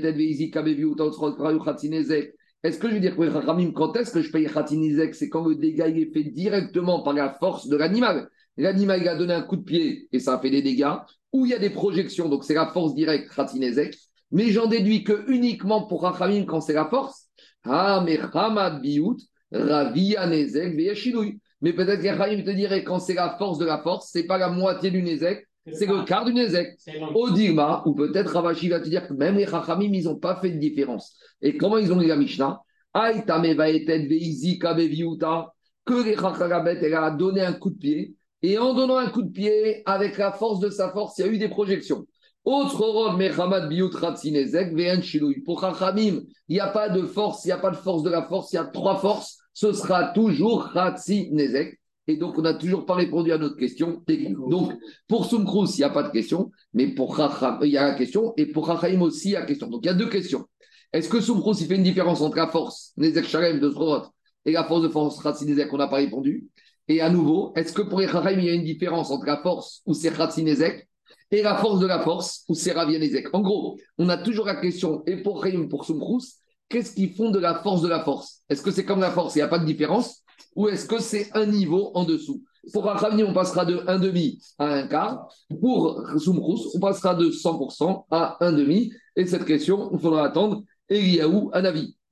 que je veux dire que Khamim, quand est-ce que je paye Khatsinezek? C'est quand le dégât est fait directement par la force de l'animal. L'animal il a donné un coup de pied et ça a fait des dégâts. Ou il y a des projections, donc c'est la force directe Khatsinezek. Mais j'en déduis que uniquement pour Rachamim quand c'est la force. Ah, mais Hamad Biout, Ravia Nezek, Veyashinoui. Mais peut-être que Rachamim te dirait quand c'est la force de la force, c'est pas la moitié du Nezek, c'est le quart du Nezek. Au Digma, ou peut-être Ravashi va te dire que même les Rachamim, ils n'ont pas fait de différence. Et comment ils ont dit la Mishnah? Aïtame va être Veizika Beviuta, que les Rachamim, elle a donné un coup de pied. Et en donnant un coup de pied, avec la force de sa force, il y a eu des projections. Autre rôle, Mechamad Biout Ratsinezek, Ve'en Shiloui. Pour Chachamim, il n'y a pas de force, il n'y a pas de force de la force, il y a trois forces, ce sera toujours Ratsinezek. Et donc, on n'a toujours pas répondu à notre question. Donc, pour Soumchrous, il n'y a pas de question, mais pour Chachamim, il y a la question, et pour Chachamim aussi, il y a la question. Donc, il y a deux questions. Est-ce que Soumchrous, il fait une différence entre la force, Nezek Shalem de Srorot, et la force de force Ratsinezek, on n'a pas répondu? Et à nouveau, est-ce que pour les Chachamim, il y a une différence entre la force où c'est Ratsinezek et la force de la force, ou c'est Ravianezek? En gros, on a toujours la question, et pour Chaim, pour Soumchrous, qu'est-ce qu'ils font de la force de la force? Est-ce que c'est comme la force, il n'y a pas de différence? Ou est-ce que c'est un niveau en dessous? Pour Rachamim, on passera de un virgule cinq à un quart. Pour Soumchrous, on passera de cent pour cent à un virgule cinq. Et cette question, il faudra attendre Eliyahu Hanavi.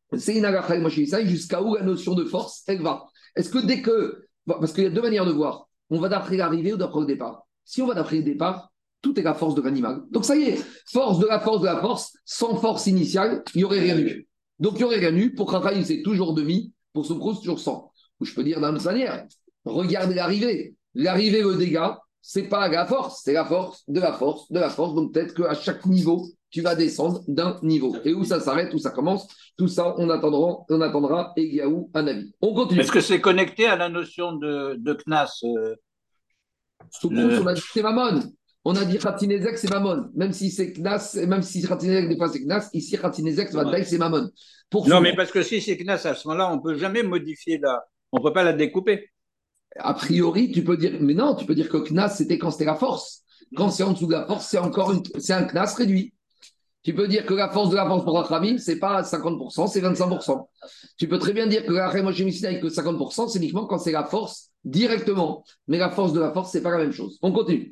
C'est une halakha Moshe Issaï, jusqu'à où la notion de force, elle va. Est-ce que dès que. Parce qu'il y a deux manières de voir. On va d'après l'arrivée ou d'après le départ. Si on va d'après le départ, tout est la force de l'animal. Donc ça y est, force de la force de la force, sans force initiale, il n'y aurait rien eu. Donc il n'y aurait rien eu. Pour Raphaël, c'est toujours demi, pour Soukros, c'est toujours cent. Ou je peux dire d'une autre manière, regardez l'arrivée. L'arrivée, le dégât, c'est pas la force, c'est la force de la force de la force. Donc peut-être qu'à chaque niveau, tu vas descendre d'un niveau. Et où ça s'arrête, où ça commence, tout ça, on attendra, on attendra Egaou un avis. On continue. Est-ce que c'est connecté à la notion de, de Knas euh, Soukros, le... on a dit c'est Mammon. On a dit Khatinezek, c'est Mammon. Même si c'est Knas, même si Khatinezek, des fois c'est Knas, ici Khatinezek, ouais. C'est Mammon. Pour non, mais parce que si c'est Knas, à ce moment-là, on ne peut jamais modifier la. On ne peut pas la découper. A priori, tu peux dire. Mais non, tu peux dire que Knas, c'était quand c'était la force. Quand c'est en dessous de la force, c'est encore une... c'est un Knas réduit. Tu peux dire que la force de la force pour Rachamim, ce n'est pas cinquante pour cent, c'est vingt-cinq pour cent. Tu peux très bien dire que la Moshe Mishnah que cinquante pour cent, c'est uniquement quand c'est la force directement. Mais la force de la force, ce n'est pas la même chose. On continue.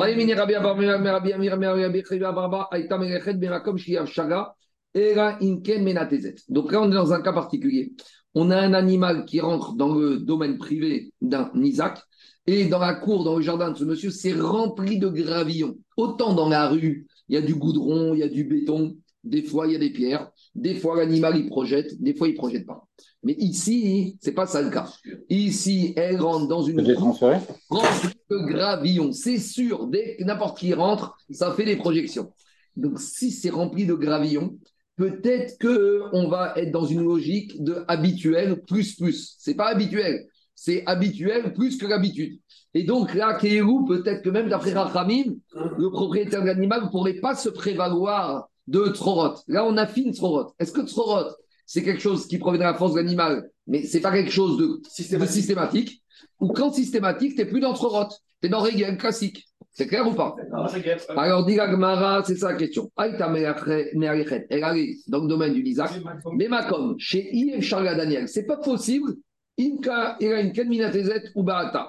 Donc là, on est dans un cas particulier. On a un animal qui rentre dans le domaine privé d'un Isaac, et dans la cour, dans le jardin de ce monsieur, c'est rempli de gravillons. Autant dans la rue, il y a du goudron, il y a du béton, des fois il y a des pierres, des fois l'animal il projette, des fois il ne projette pas. Mais ici, ce n'est pas ça le cas. Ici, elle rentre dans une cour remplie de gravillons. C'est sûr, dès que n'importe qui rentre, ça fait des projections. Donc si c'est rempli de gravillons, peut-être qu'on va être dans une logique de habituel plus plus. Ce n'est pas habituel. C'est habituel plus que l'habitude. Et donc là, Kéhérou, peut-être que même d'après Rachamim, le propriétaire de l'animal ne pourrait pas se prévaloir de Tzrorot. Là, on affine Tzrorot. Est-ce que Tzrorot, c'est quelque chose qui provient de la force de l'animal, mais ce n'est pas quelque chose de systématique, de systématique ou quand systématique, tu n'es plus dans Tzrorot, tu es dans Régel classique. C'est clair ou pas? Alors, dit la Gemara, c'est ça la question. Aïta Me'alechet, elle allait dans le domaine du Isaac, mais Makom, chez Yves Charles Daniel, c'est pas possible. Inka, il a une Kenminatezet ou Baata.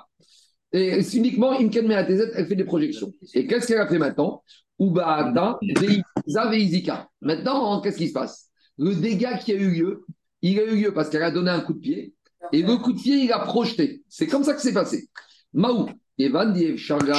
Et c'est uniquement Imken Meatezet, elle fait des projections. Et qu'est-ce qu'elle a fait maintenant? Ou Baata, Veiza, Veizika. Maintenant, qu'est-ce qui se passe? Le dégât qui a eu lieu, il a eu lieu parce qu'elle a donné un coup de pied. Et le coup de pied, il a projeté. C'est comme ça que c'est passé. Maou, Evan, Diev, Charga,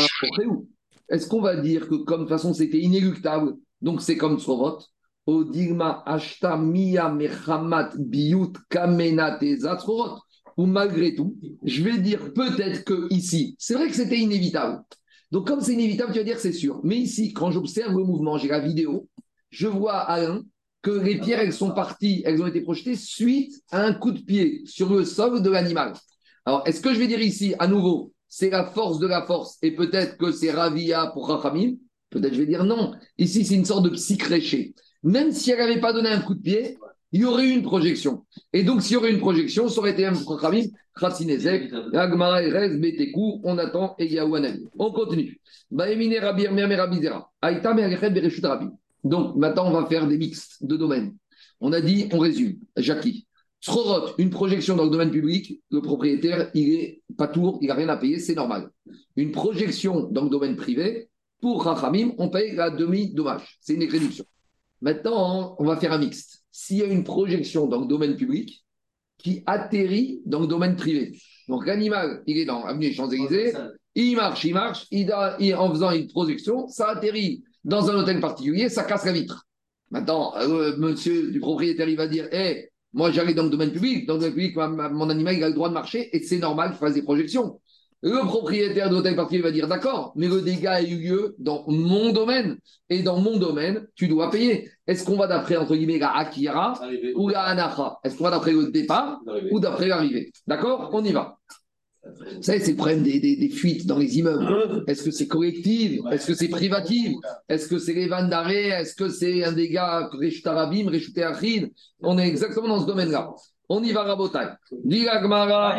est-ce qu'on va dire que, comme de toute façon, c'était inéluctable, donc c'est comme Tzorot? Odigma, Ashta, Mia, Mechamat, Biyut, Kamenateza, Tzorot. Ou malgré tout, je vais dire peut-être que ici, c'est vrai que c'était inévitable. Donc comme c'est inévitable, tu vas dire que c'est sûr. Mais ici, quand j'observe le mouvement, j'ai la vidéo, je vois Alain que les pierres, elles sont parties, elles ont été projetées suite à un coup de pied sur le sol de l'animal. Alors, est-ce que je vais dire ici, à nouveau, c'est la force de la force et peut-être que c'est Ravia pour Rachamim? Peut-être je vais dire non. Ici, c'est une sorte de psychréché. Même si elle n'avait pas donné un coup de pied, il y aurait eu une projection. Et donc, s'il y aurait une projection, ça aurait été un Khamim, Khatsinezek, Agmara, Erez, Betekou, on attend Eyahu Anavi. On continue. Baemine Rabir, Merme Rabizera, Aïta, Merechet, Bereshut Rabi. Donc, maintenant, on va faire des mixtes de domaines. On a dit, on résume. Jackie. Tzrorot, une projection dans le domaine public, le propriétaire, il est pas tour, il n'a rien à payer, c'est normal. Une projection dans le domaine privé, pour Rachamim, on paye la demi-dommage. C'est une réduction. Maintenant, on va faire un mixte. S'il y a une projection dans le domaine public qui atterrit dans le domaine privé. Donc l'animal, il est dans l'avenue des Champs-Élysées, il marche, il marche, il a, il, en faisant une projection, ça atterrit dans un hôtel particulier, ça casse la vitre. Maintenant, euh, monsieur du propriétaire, il va dire, hé, hey, moi j'arrive dans le domaine public, dans le domaine public, ma, ma, mon animal, il a le droit de marcher et c'est normal qu'il fasse des projections. Le propriétaire de l'hôtel particulier va dire d'accord, mais le dégât a eu lieu dans mon domaine. Et dans mon domaine, tu dois payer. Est-ce qu'on va d'après, entre guillemets, la Akira ou la Anacha? Est-ce qu'on va d'après le départ ou d'après l'arrivée? D'accord? On y va. Vous savez, c'est le problème des, des, des fuites dans les immeubles. Est-ce que c'est collectif? Est-ce que c'est privatif? Est-ce que c'est les vannes d'arrêt? Est-ce que c'est un dégât Reshut Arabim, Reshut Achid? On est exactement dans ce domaine-là. On y va, Rabotai. Diga Gmara.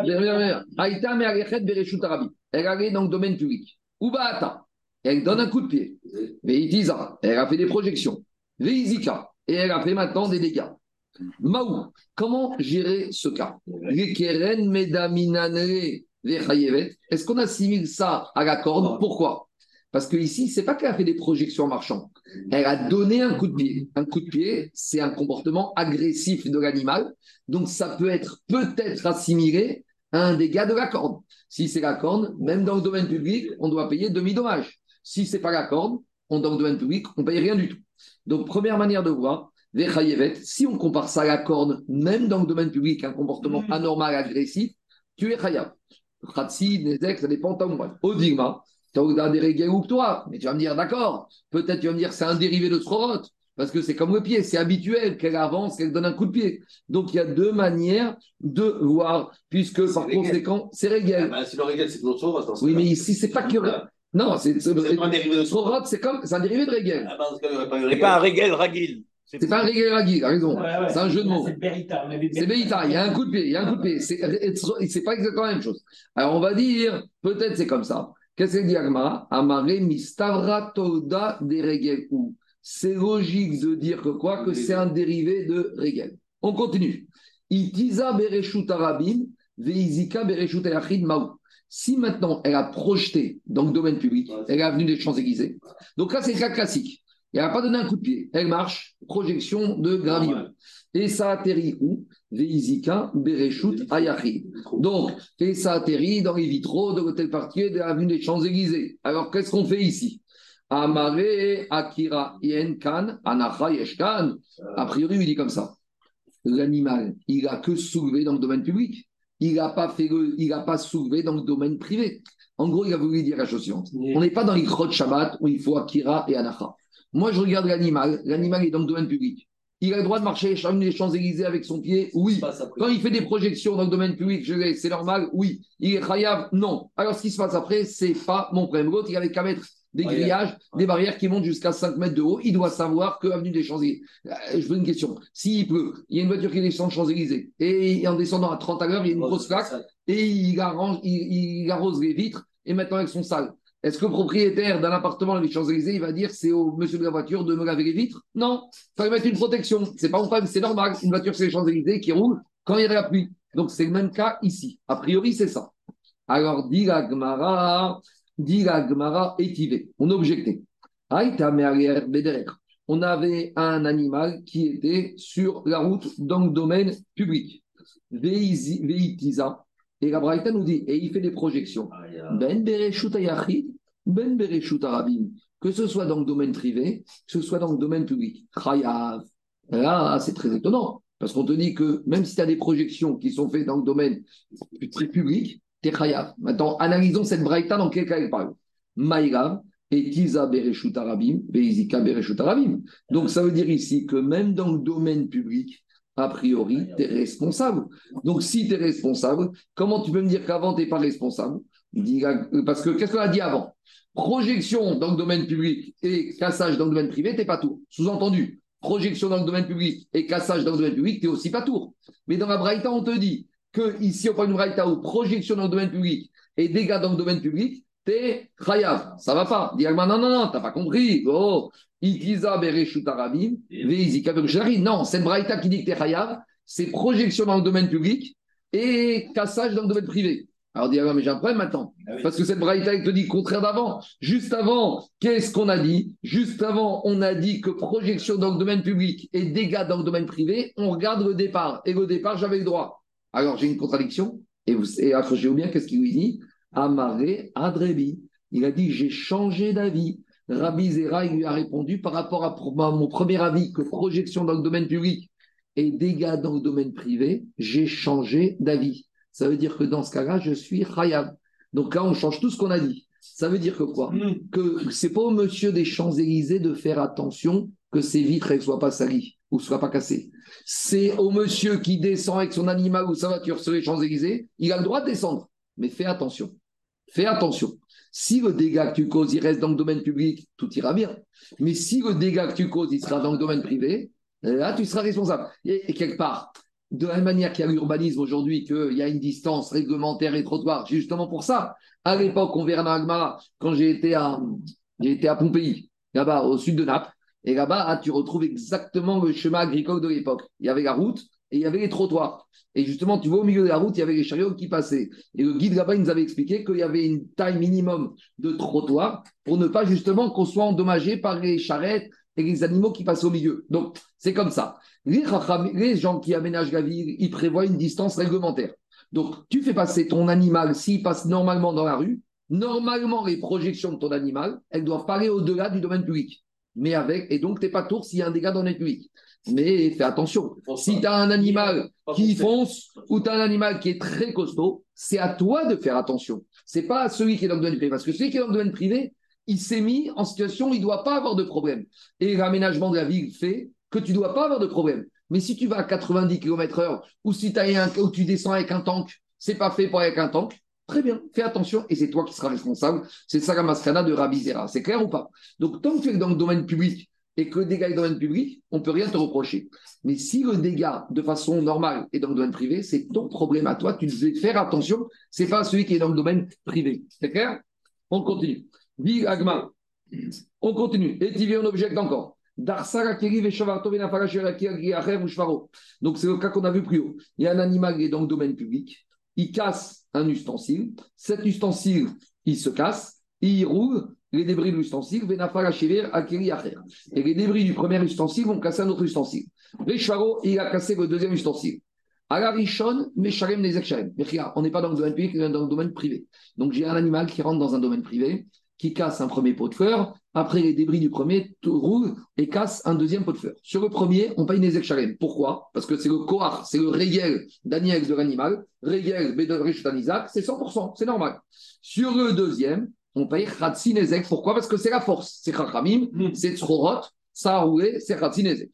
Aïta me alechet bereshut Arabi. Elle allait dans le domaine public. Ubaata. Elle donne un coup de pied. Veitiza. Elle a fait des projections. Veizika. Et elle a fait maintenant des dégâts. Maou. Comment gérer ce cas? Est-ce qu'on assimile ça à la corde? Pourquoi? Parce que ici, c'est pas qu'elle a fait des projections en marchant. Elle a donné un coup de pied. Un coup de pied, c'est un comportement agressif de l'animal. Donc, ça peut être peut-être assimilé à un dégât de la corne. Si c'est la corne, même dans le domaine public, on doit payer demi-dommage. Si c'est pas la corne, on, dans le domaine public, on ne paye rien du tout. Donc, première manière de voir, si on compare ça à la corne, même dans le domaine public, un comportement anormal, agressif, tu es chayav. Khatsi, Nezek, ça dépend de ta moelle. Au digma, tu as des régels ou toi, mais tu vas me dire, d'accord, peut-être tu vas me dire c'est un dérivé de Srorot, parce que c'est comme le pied, c'est habituel qu'elle avance, qu'elle donne un coup de pied. Donc il y a deux manières de voir, puisque par conséquent, c'est régel. Ah bah, si le régel, c'est notre Srorot. Oui, mais ici, c'est pas que. Non, c'est un dérivé de Srorot, c'est comme c'est un dérivé de régel. Ah bah, c'est pas un régel ragil. C'est, c'est pas un régel ragil, t'as raison. Ouais, ouais, c'est un jeu de mots. C'est Berita. C'est Berita, il y a un coup de pied, il y a un coup de pied. C'est, c'est pas exactement la même chose. Alors on va dire, peut-être c'est comme ça. Qu'est-ce que dit Agmara? Amare mistavra toda des régel ou. C'est logique de dire que quoi? Que c'est un dérivé de régel. On continue. Itiza bereshut arabim veizika bereshut ayachid maou. Si maintenant elle a projeté dans le domaine public, elle est avenue des Champs-Élysées. Donc là, c'est le cas classique. Elle n'a pas donné un coup de pied. Elle marche, projection de gravillon. Et ça atterrit où? Veizika bereshut ayachid. Donc, et ça atterrit dans les vitraux de l'hôtel particulier de l'avenue des Champs-Élysées. Alors, qu'est-ce qu'on fait ici? Amare Akira Yenkan, Anacha Yeshkan. A priori, il dit comme ça. L'animal, il n'a que soulevé dans le domaine public. Il n'a pas, fait le, il a pas soulevé dans le domaine privé. En gros, il a voulu dire la chose suivante. On n'est pas dans les crottes Shabbat où il faut Akira et Anacha. Moi, je regarde l'animal. L'animal est dans le domaine public. Il a le droit de marcher les Champs-Élysées avec son pied? Oui. Quand il fait des projections dans le domaine public, je vais, c'est normal? Oui. Il est chayav? Non. Alors, ce qui se passe après, c'est pas mon problème. L'autre, il avait qu'à mettre des grillages, ouais. Des barrières qui montent jusqu'à cinq mètres de haut. Il doit savoir que avenue des Champs-Élysées. Je vous pose une question. S'il pleut, il y a une voiture qui descend aux Champs-Élysées et en descendant à trente à l'heure, il y a une grosse flaque et il, arrange, il, il arrose les vitres et maintenant elles sont sales. Est-ce que le propriétaire d'un appartement dans les Champs-Élysées, il va dire c'est au monsieur de la voiture de me laver les vitres? Non. Il faut mettre une protection. C'est pas mon problème, c'est normal. Une voiture sur les Champs-Élysées qui roule quand il y a de la pluie. Donc c'est le même cas ici. A priori, c'est ça. Alors, dit la Gemara. Dit la Gemara étivé. On a objecté. On avait un animal qui était sur la route dans le domaine public. Veitiza. Et la Braïta nous dit, et il fait des projections. Ben bereshut ayachid, ben bereshut arabim. Que ce soit dans le domaine privé, que ce soit dans le domaine public. Chayav. Là, c'est très étonnant. Parce qu'on te dit que même si tu as des projections qui sont faites dans le domaine public, t'es chayav. Maintenant, analysons cette braïta dans quel cas elle parle. Maïrav et Tiza bereshut arabim, Beizika bereshut arabim. Donc ça veut dire ici que même dans le domaine public, a priori, tu es responsable. Donc si tu es responsable, comment tu peux me dire qu'avant tu n'es pas responsable? Parce que qu'est-ce qu'on a dit avant? Projection dans le domaine public et cassage dans le domaine privé, tu n'es pas tour. Sous-entendu, projection dans le domaine public et cassage dans le domaine public, tu n'es aussi pas tour. Mais dans la braïta, on te dit que ici on parle d'une braïta où projection dans le domaine public et dégâts dans le domaine public, t'es chayav. Ça va pas. Dis non, non, non, t'as pas compris. Oh, itiza bereshut arabim, veizika bereshut arabim. Non, c'est une braïta qui dit que t'es chayav, c'est projection dans le domaine public et cassage dans le domaine privé. Alors dis mais j'ai un problème maintenant. Parce que cette braïta, elle te dit le contraire d'avant. Juste avant, qu'est-ce qu'on a dit? Juste avant, on a dit que projection dans le domaine public et dégâts dans le domaine privé, on regarde le départ. Et le départ, j'avais le droit. Alors j'ai une contradiction. Et, vous, et accrochez-vous bien, qu'est-ce qu'il lui dit? Amaré Adrebi. Il a dit, j'ai changé d'avis. Rabbi Zera, il lui a répondu par rapport à mon premier avis que projection dans le domaine public et dégâts dans le domaine privé, j'ai changé d'avis. Ça veut dire que dans ce cas-là, je suis chayav. Donc là, on change tout ce qu'on a dit. Ça veut dire que quoi? mmh. Que c'est pas au monsieur des Champs-Élysées de faire attention que ses vitres ne soient pas salies ou ne soient pas cassées. C'est au monsieur qui descend avec son animal ou sa voiture sur les Champs-Élysées, il a le droit de descendre. Mais fais attention. Fais attention. Si le dégât que tu causes, il reste dans le domaine public, tout ira bien. Mais si le dégât que tu causes, il sera dans le domaine privé, là, tu seras responsable. Et, et quelque part, de la même manière qu'il y a l'urbanisme aujourd'hui, qu'il y a une distance réglementaire et trottoir, justement pour ça, à l'époque, on verra dans Agmara, quand j'ai été à, j'ai été à Pompéi, là-bas, au sud de Naples, et là-bas, ah, tu retrouves exactement le chemin agricole de l'époque. Il y avait la route, et et il y avait les trottoirs. Et justement, tu vois, au milieu de la route, il y avait les chariots qui passaient. Et le guide là-bas, il nous avait expliqué qu'il y avait une taille minimum de trottoir pour ne pas justement qu'on soit endommagé par les charrettes et les animaux qui passent au milieu. Donc, c'est comme ça. Les, les gens qui aménagent la ville, ils prévoient une distance réglementaire. Donc, tu fais passer ton animal, s'il passe normalement dans la rue, normalement, les projections de ton animal, elles doivent pas aller au-delà du domaine public. Mais avec, et donc, tu n'es pas tour s'il y a un dégât dans le domaine public. Mais fais attention. Si tu as un animal qui fonce ou tu as un animal qui est très costaud, c'est à toi de faire attention. Ce n'est pas à celui qui est dans le domaine privé. Parce que celui qui est dans le domaine privé, il s'est mis en situation où il ne doit pas avoir de problème. Et l'aménagement de la ville fait que tu ne dois pas avoir de problème. Mais si tu vas à quatre-vingt-dix kilomètres heure ou si un, ou tu descends avec un tank, ce n'est pas fait pour avec un tank, très bien, fais attention et c'est toi qui seras responsable. C'est ça la mascana de Rabbi Zera. C'est clair ou pas? Donc, tant que tu es dans le domaine public et que le dégât est dans le domaine public, on ne peut rien te reprocher. Mais si le dégât, de façon normale, est dans le domaine privé, c'est ton problème à toi. Tu devais faire attention. Ce n'est pas celui qui est dans le domaine privé. C'est clair? On continue. Dit Agma. On continue. Et tu viens, on objecte encore. Donc, c'est le cas qu'on a vu plus haut. Il y a un animal qui est dans le domaine public. Il casse un ustensile. Cet ustensile, il se casse. Il roule. Les débris de l'ustensile, et les débris du premier ustensile vont casser un autre ustensile. Les chevaux, il a cassé le deuxième ustensile. À la richonne, mais shalem les ekshalem. Mais regarde, on n'est pas dans le domaine public, on est dans le domaine privé. Donc j'ai un animal qui rentre dans un domaine privé, qui casse un premier pot de fleurs, après les débris du premier roulent et casse un deuxième pot de fleurs. Sur le premier, on paye les ekshalem. Pourquoi? Parce que c'est le koar, c'est le régel d'Aniel de l'animal, régel Bedorishtan Isaac, c'est cent pour cent, c'est normal. Sur le deuxième, on paye Khatsi Nezek. Pourquoi? Parce que c'est la force. C'est Chachamim, mm. c'est Tzrorot, ça a roulé, c'est Khatsi Nezek.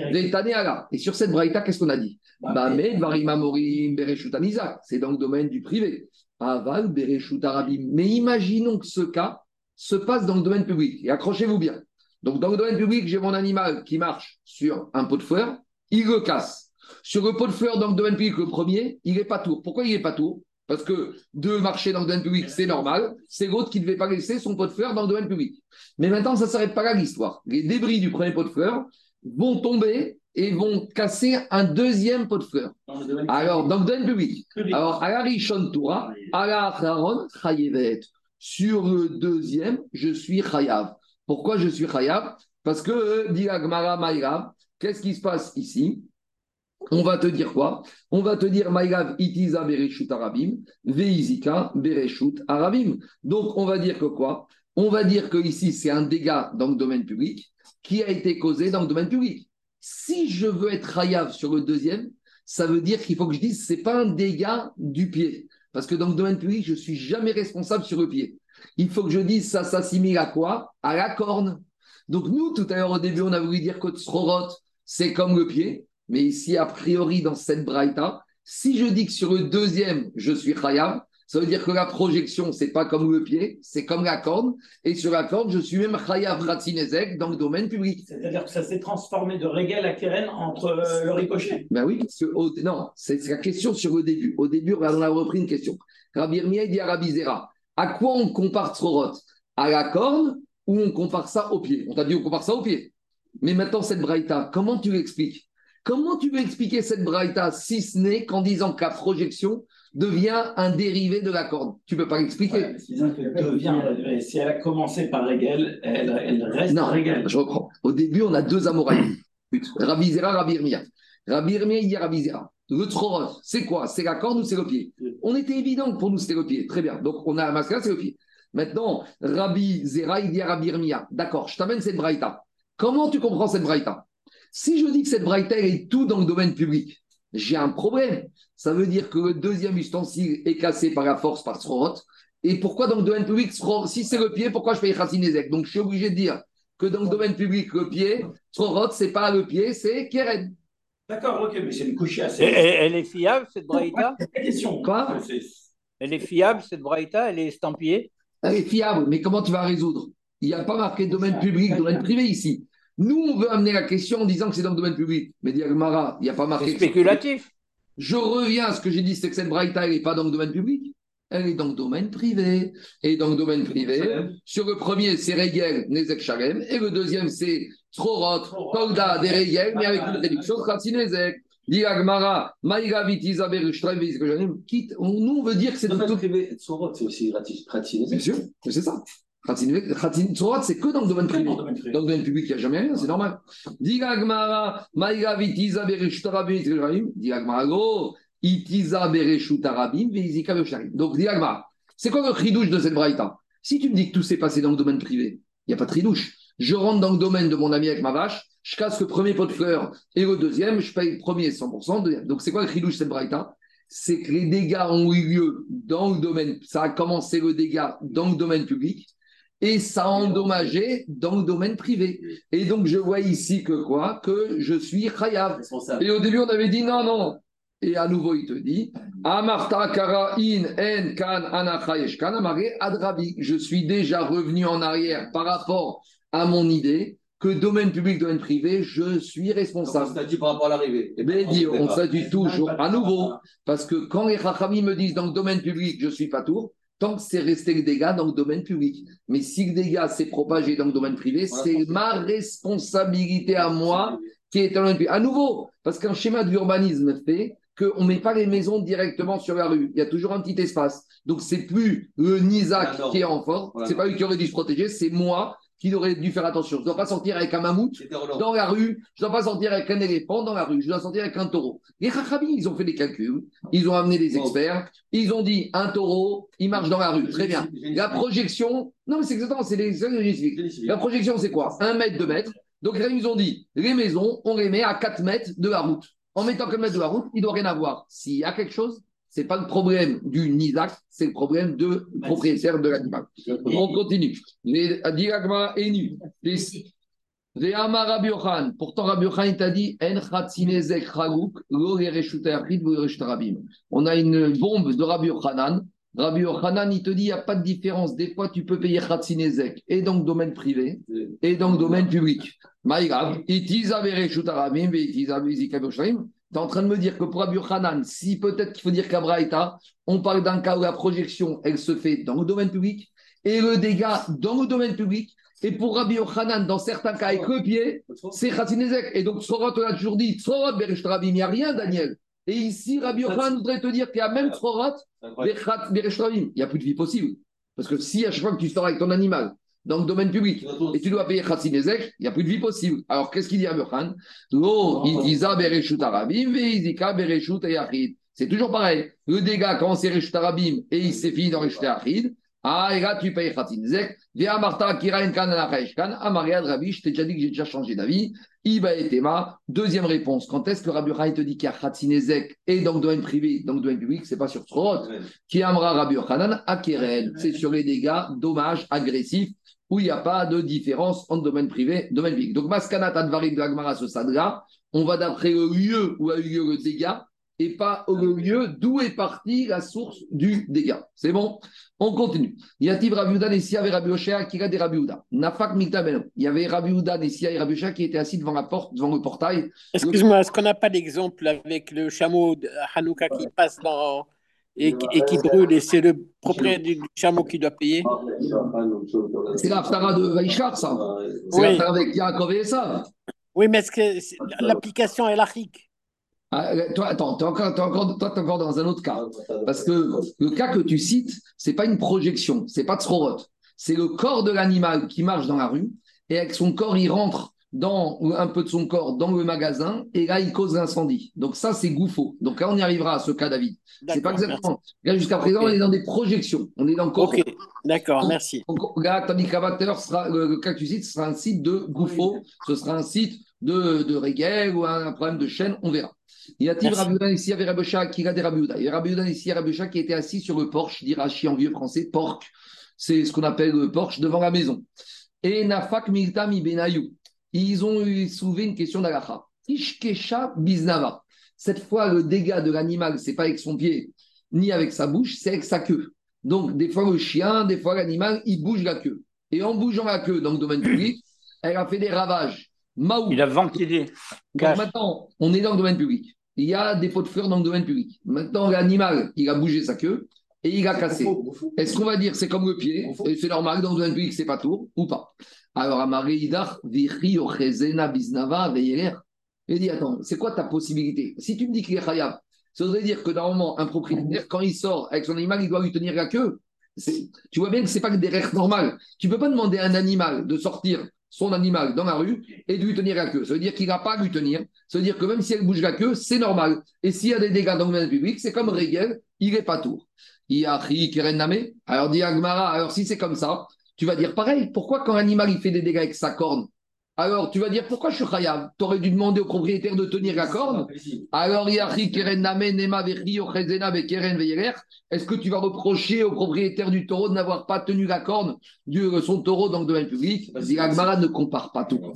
Et sur cette braïta, qu'est-ce qu'on a dit? Bamed, Varima Morim, Bereshutan Isaac. C'est dans le domaine du privé. Aval, Bereshut Arabim. Mais imaginons que ce cas se passe dans le domaine public. Et accrochez-vous bien. Donc, dans le domaine public, j'ai mon animal qui marche sur un pot de fleurs, il le casse. Sur le pot de fleurs, dans le domaine public, le premier, il n'est pas tour. Pourquoi il n'est pas tour? Parce que de marcher dans le domaine public, c'est normal. C'est l'autre qui ne devait pas laisser son pot de fleurs dans le domaine public. Mais maintenant, ça ne s'arrête pas là l'histoire. Les débris du premier pot de fleurs vont tomber et vont casser un deuxième pot de fleurs. Dans Alors, dans le domaine public. public. Alors, à la Rishon Torah, à la Acharon, Chayevet. Sur le deuxième, je suis Chayav. Pourquoi je suis Chayav? Parce que, dit la Gemara Maïrav, qu'est-ce qui se passe ici? On va te dire quoi? On va te dire Maïlav itiza bereshut arabim, veizika bereshut arabim. Donc, on va dire que quoi? On va dire que ici c'est un dégât dans le domaine public qui a été causé dans le domaine public. Si je veux être hayav sur le deuxième, ça veut dire qu'il faut que je dise c'est pas un dégât du pied. Parce que dans le domaine public, je ne suis jamais responsable sur le pied. Il faut que je dise ça s'assimile à quoi? À la corne. Donc, nous, tout à l'heure, au début, on a voulu dire que Tzrorot, c'est comme le pied. Mais ici, a priori, dans cette braïta, si je dis que sur le deuxième, je suis chayav, ça veut dire que la projection, c'est pas comme le pied, c'est comme la corne. Et sur la corne, je suis même chayav ratzinezek dans le domaine public. C'est-à-dire que ça s'est transformé de régal à keren entre euh, le ricochet. Ben oui, parce que, au, non, c'est, c'est la question sur le début. Au début, on a repris une question. Rabbi Irmia dit à Rabbi Zera, à quoi on compare Tzrorot? À la corne ou on compare ça au pied? On t'a dit on compare ça au pied. Mais maintenant, cette braïta, comment tu l'expliques? Comment tu veux expliquer cette braïta si ce n'est qu'en disant que la projection devient un dérivé de la corne? Tu ne peux pas l'expliquer. Ouais, disons qu'elle devient, si elle a commencé par Régel, elle, elle reste non, Régel. Je reprends. Au début, on a deux Amoraïm. Rabbi Zera, Rabbi Irmia. Rabbi Irmia, il dit à Rabbi Zera, le Tzrorot, c'est quoi? C'est la corne ou c'est le pied? On était évident que pour nous, c'était le pied. Très bien. Donc, on a la mascara, c'est le pied. Maintenant, Rabbi Zera, il dit à Rabbi Irmia, d'accord, je t'amène cette braïta. Comment tu comprends cette braïta? Si je dis que cette braïta est tout dans le domaine public, j'ai un problème. Ça veut dire que le deuxième ustensile est cassé par la force par Tzrorot. Et pourquoi dans le domaine public, si c'est le pied, pourquoi je paye Khatzinezek? Donc je suis obligé de dire que dans le domaine public, le pied, Tzrorot, ce n'est pas le pied, c'est Keren. D'accord, ok, mais c'est une couchée assez. Et, elle est fiable, cette braïta? C'est la question. Quoi? Elle est fiable, cette braïta? Elle est estampillée? Elle est fiable, mais comment tu vas résoudre? Il n'y a pas marqué domaine public, domaine privé ici. Nous, on veut amener la question en disant que c'est dans le domaine public. Mais Diagmara, il n'y a pas marqué. C'est spéculatif. Je reviens à ce que j'ai dit, c'est que cette braïta, elle n'est pas dans le domaine public. Elle est dans le domaine privé. Et dans le domaine privé, sur le premier, c'est Regel, Nezek Shalem. Et le deuxième, c'est Tzrorot, Tolda, des Regel, mais avec une réduction, Khatsi Nezek. Dit Agmara, Maïga Vitiza Berushtrai Vezikajamim, quitte, on- nous on veut dire que c'est de Domaine tout. privé, Tsorot, c'est aussi Khatin. Bien sûr, c'est ça. Khatin Khatin Tsorat, c'est que dans le domaine privé. Dans le domaine privé. Dans le domaine public, il n'y a jamais rien, c'est normal. Dit Agmara, Maïga Vitiza Berushtara Vezikajamim, dit Agmara, go, Itiza Berushutarabim Vezika Berusharim. Donc, dit Agmara, c'est quoi le chidouche de cette braïta? Si tu me dis que tout s'est passé dans le domaine privé, il n'y a pas de chidouche. Je rentre dans le domaine de mon ami avec ma vache, je casse le premier pot de fleurs et le deuxième, je paye le premier cent pour cent. Deuxième. Donc, c'est quoi le chidouche de cette braïta? C'est que les dégâts ont eu lieu dans le domaine, ça a commencé le dégât dans le domaine public et ça a endommagé dans le domaine privé. Et donc, je vois ici que quoi? Que je suis chayav. Responsable. Et au début, on avait dit non, non. Et à nouveau, il te dit Amarta kara in en kan anachayesh kan amare adrabi. Je suis déjà revenu en arrière par rapport à mon idée que domaine public, domaine privé, je suis Donc, on responsable. statue par rapport à l'arrivée. Et Mais pas- dit, on pas- statue toujours à nouveau. Parce que quand les Chachamim me disent dans le domaine public, je suis pas tour, tant que c'est resté le dégât dans le domaine public. Mais si le dégât s'est propagé dans le domaine privé, Voilà. c'est ma responsabilité à moi qui est dans le domaine privé. À nouveau, parce qu'un schéma d'urbanisme fait qu'on ne met pas les maisons directement sur la rue. Il y a toujours un petit espace. Donc, c'est plus le Nizak Voilà. qui est en fort. Voilà. C'est pas lui qui aurait dû se protéger, c'est moi qui aurait dû faire attention. Je ne dois pas sortir avec un mammouth C'était Roland. dans la rue. Je ne dois pas sortir avec un éléphant dans la rue. Je dois sortir avec un taureau. Les Chachamim, ils ont fait des calculs. Ils ont amené des experts. Ils ont dit un taureau, il marche dans la rue. Très bien. La projection, non, mais c'est exactement, c'est les c'est le génie civil. Génie civil. La projection, c'est quoi? Un mètre, deux mètres. Donc, là, ils ont dit, les maisons, on les met à quatre mètres de la route. En mettant quatre mètres de la route, il ne doit rien avoir. S'il y a quelque chose, ce n'est pas le problème du Nizak, c'est le problème du propriétaire de l'animal. On continue. Les Diragma et nu. Les Ve'ama Rabbi Yochanan. Pourtant, Rabbi Yochanan, il t'a dit En chatzinezek chalouk, lo yereshuta yachid, lo yereshuta rabim. On a une bombe de Rabbi Yochanan. Rabbi Yochanan, il te dit il n'y a pas de différence. Des fois, tu peux payer chatzinezek et dans le domaine privé et dans le domaine public. Maïgav, itiza vereshuta rabim, ve'itiza ve'izika ve'osharim. Tu es en train de me dire que pour Rabbi Yochanan, si peut-être qu'il faut dire qu'à Braïta, on parle d'un cas où la projection, elle se fait dans le domaine public et le dégât dans le domaine public. Et pour Rabbi Yochanan, dans certains cas, avec le pied, c'est Khatzinezek. Et donc, Sorot, on a toujours dit, Sorot, Beresh Rabim, il n'y a rien, Daniel. Et ici, Rabbi Yochanan voudrait te dire qu'il y a même Sorot, Beresh Rabim. Il n'y a plus de vie possible. Parce que si à chaque fois que tu sors avec ton animal dans le domaine public et tu dois payer Khatzinezek, il n'y a plus de vie possible. Alors, qu'est-ce qu'il dit Rabbi Yochanan? Lo, Itiza, Bereshut Arabim, Veizika, Bereshut Ayachid. C'est toujours pareil. Le dégât, quand c'est Reshut Arabim et il s'est fini dans Reshut Ayachid, ah, et là, tu payes Khatzinezek. Viens, Martha, Kirain, Kan, Anacheshkan, Amaria, Rabbi, je t'ai déjà dit que j'ai déjà changé d'avis. Iba et Tema. Deuxième réponse. Quand est-ce que Rabbi Yochanan te dit qu'il y a Khatzinezek et dans le domaine privé, dans le domaine public, c'est pas sur Tzorot. Qui amra Rabbi Yochanan à Keren. C'est sur les dégâts, dommages, agressifs, où il n'y a pas de différence entre domaine privé et domaine public. Donc, Maskanat Advarim de l'Agmara, ce stade-là, on va d'après le lieu où a eu lieu le dégât et pas au lieu d'où est partie la source du dégât. C'est bon? On continue. Yativ Rabbi Yehuda Nessia et Rabbi Oshea qui a des Rabbi Yehuda. Nafak Miktabeno. Il y avait Rabbi Yehuda Nessia et Rabbi Oshea qui étaient assis devant la porte, devant le portail. Excuse-moi, est-ce qu'on n'a pas d'exemple avec le chameau de Hanouka qui passe dans et, et qui brûle et c'est le propriétaire du chameau qui doit payer? C'est l'Aftara de Vaishar, ça. C'est Oui. l'Aftara avec Yaakov et Esav. Oui, mais est-ce que c'est- l'application est lachique? Ah, toi, attends, t'es encore, t'es encore, toi, t'es encore dans un autre cas. Parce que le cas que tu cites, c'est pas une projection, c'est pas Tzorot. C'est le corps de l'animal qui marche dans la rue et avec son corps, il rentre dans un peu de son corps dans le magasin et là, il cause l'incendie. Donc ça, c'est Goufo. Donc là, on y arrivera à ce cas, David. C'est pas D'accord, exactement. Là, jusqu'à présent, Ok. on est dans des projections. On est dans le corps. Ok, d'accord, merci. Donc, là, t'as dit qu'Avatar sera, le, le cas que tu cites, ce sera un site de Goufo, ce sera un site de, de reggae ou un, un problème de chaîne, on verra. Il y a-t-il Merci. Rabbi Yehuda ici avec Rabbi Oshea qui a des Rabbi Yehuda. Il y a Rabbi Yehuda ici et Rabbi Oshea qui était assis sur le porche, dit Rashi en vieux français, porc. C'est ce qu'on appelle le porche devant la maison. Et Nafak Milta mi Benayou. Ils ont eu soulevé une question d'Alacha. Ishkesha biznava. Cette fois, le dégât de l'animal, c'est pas avec son pied ni avec sa bouche, c'est avec sa queue. Donc, des fois, le chien, des fois, l'animal, il bouge la queue. Et en bougeant la queue dans le domaine public, elle a fait des ravages. Maou. Il a ventilé. Donc maintenant, on est dans le domaine public. Il y a des pots de fleurs dans le domaine public. Maintenant, l'animal, il a bougé sa queue et il a cassé. Est-ce qu'on va dire c'est comme le pied, et c'est normal, dans le domaine public, c'est pas tour, ou pas? Alors, Amari Idar, Vichi Ochezena Biznava Veyeler. Il dit, attends, c'est quoi ta possibilité? Si tu me dis qu'il est khayab, ça voudrait dire que normalement, un propriétaire, quand il sort avec son animal, il doit lui tenir la queue. Tu vois bien que ce n'est pas que des règles normales. Tu ne peux pas demander à un animal de sortir son animal dans la rue et de lui tenir la queue. Ça veut dire qu'il n'a pas à lui tenir. Ça veut dire que même si elle bouge la queue, c'est normal. Et s'il y a des dégâts dans le domaine public, c'est comme Régel, il n'est pas tour. Alors dit Agmara, alors si c'est comme ça, tu vas dire pareil. Pourquoi quand l'animal il fait des dégâts avec sa corne, alors tu vas dire pourquoi je suis khayab? Tu aurais dû demander au propriétaire de tenir la corne. Alors Yachi Keren Name Nema Vechi Ochezena Bekeren Veyeler. Est-ce que tu vas reprocher au propriétaire du taureau de n'avoir pas tenu la corne de son taureau dans le domaine public? Dit Agmara ne compare pas tout.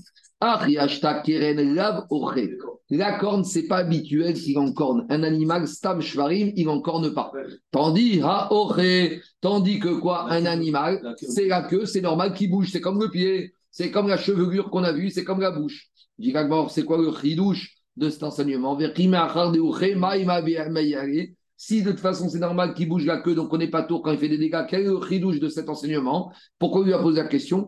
La corne, c'est pas habituel qu'il en corne. Un animal, stam shvarim, il en corne pas. Tandis, ha, tandis que quoi? Un animal, c'est la queue, c'est normal qu'il bouge. C'est comme le pied, c'est comme la chevelure qu'on a vue, c'est comme la bouche. Je dis c'est quoi le chidouche de cet enseignement? Si de toute façon c'est normal qu'il bouge la queue, donc on n'est pas tour quand il fait des dégâts, quel est le chidouche de cet enseignement? Pourquoi on lui a posé la question?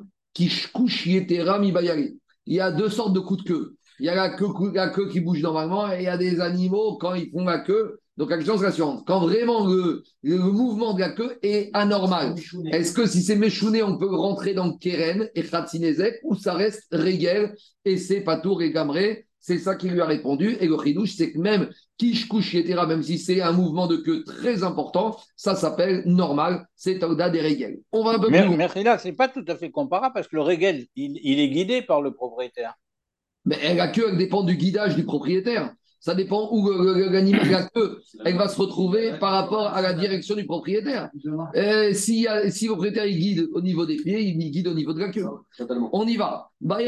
Il y a deux sortes de coups de queue. Il y a la queue, la queue qui bouge normalement et il y a des animaux, quand ils font la queue. Donc la question c'est la suivante. Quand vraiment le, le mouvement de la queue est anormal, est-ce que si c'est méchouné, on peut rentrer dans Keren et Khatsinezek ou ça reste Régel et c'est Patour et Gamré? C'est ça qu'il lui a répondu. Et le chidouche, c'est que même Kishkush Yetera, même si c'est un mouvement de queue très important, ça s'appelle normal, c'est Tauda des Régel. On va un peu mais, plus loin. Mais là, ce n'est pas tout à fait comparable parce que le Régel, il, il est guidé par le propriétaire. Mais la queue, elle dépend du guidage du propriétaire. Ça dépend où l'animal, la queue, elle va se retrouver par rapport à la direction du propriétaire. Et si, si le propriétaire il guide au niveau des pieds, il guide au niveau de la queue. On y va.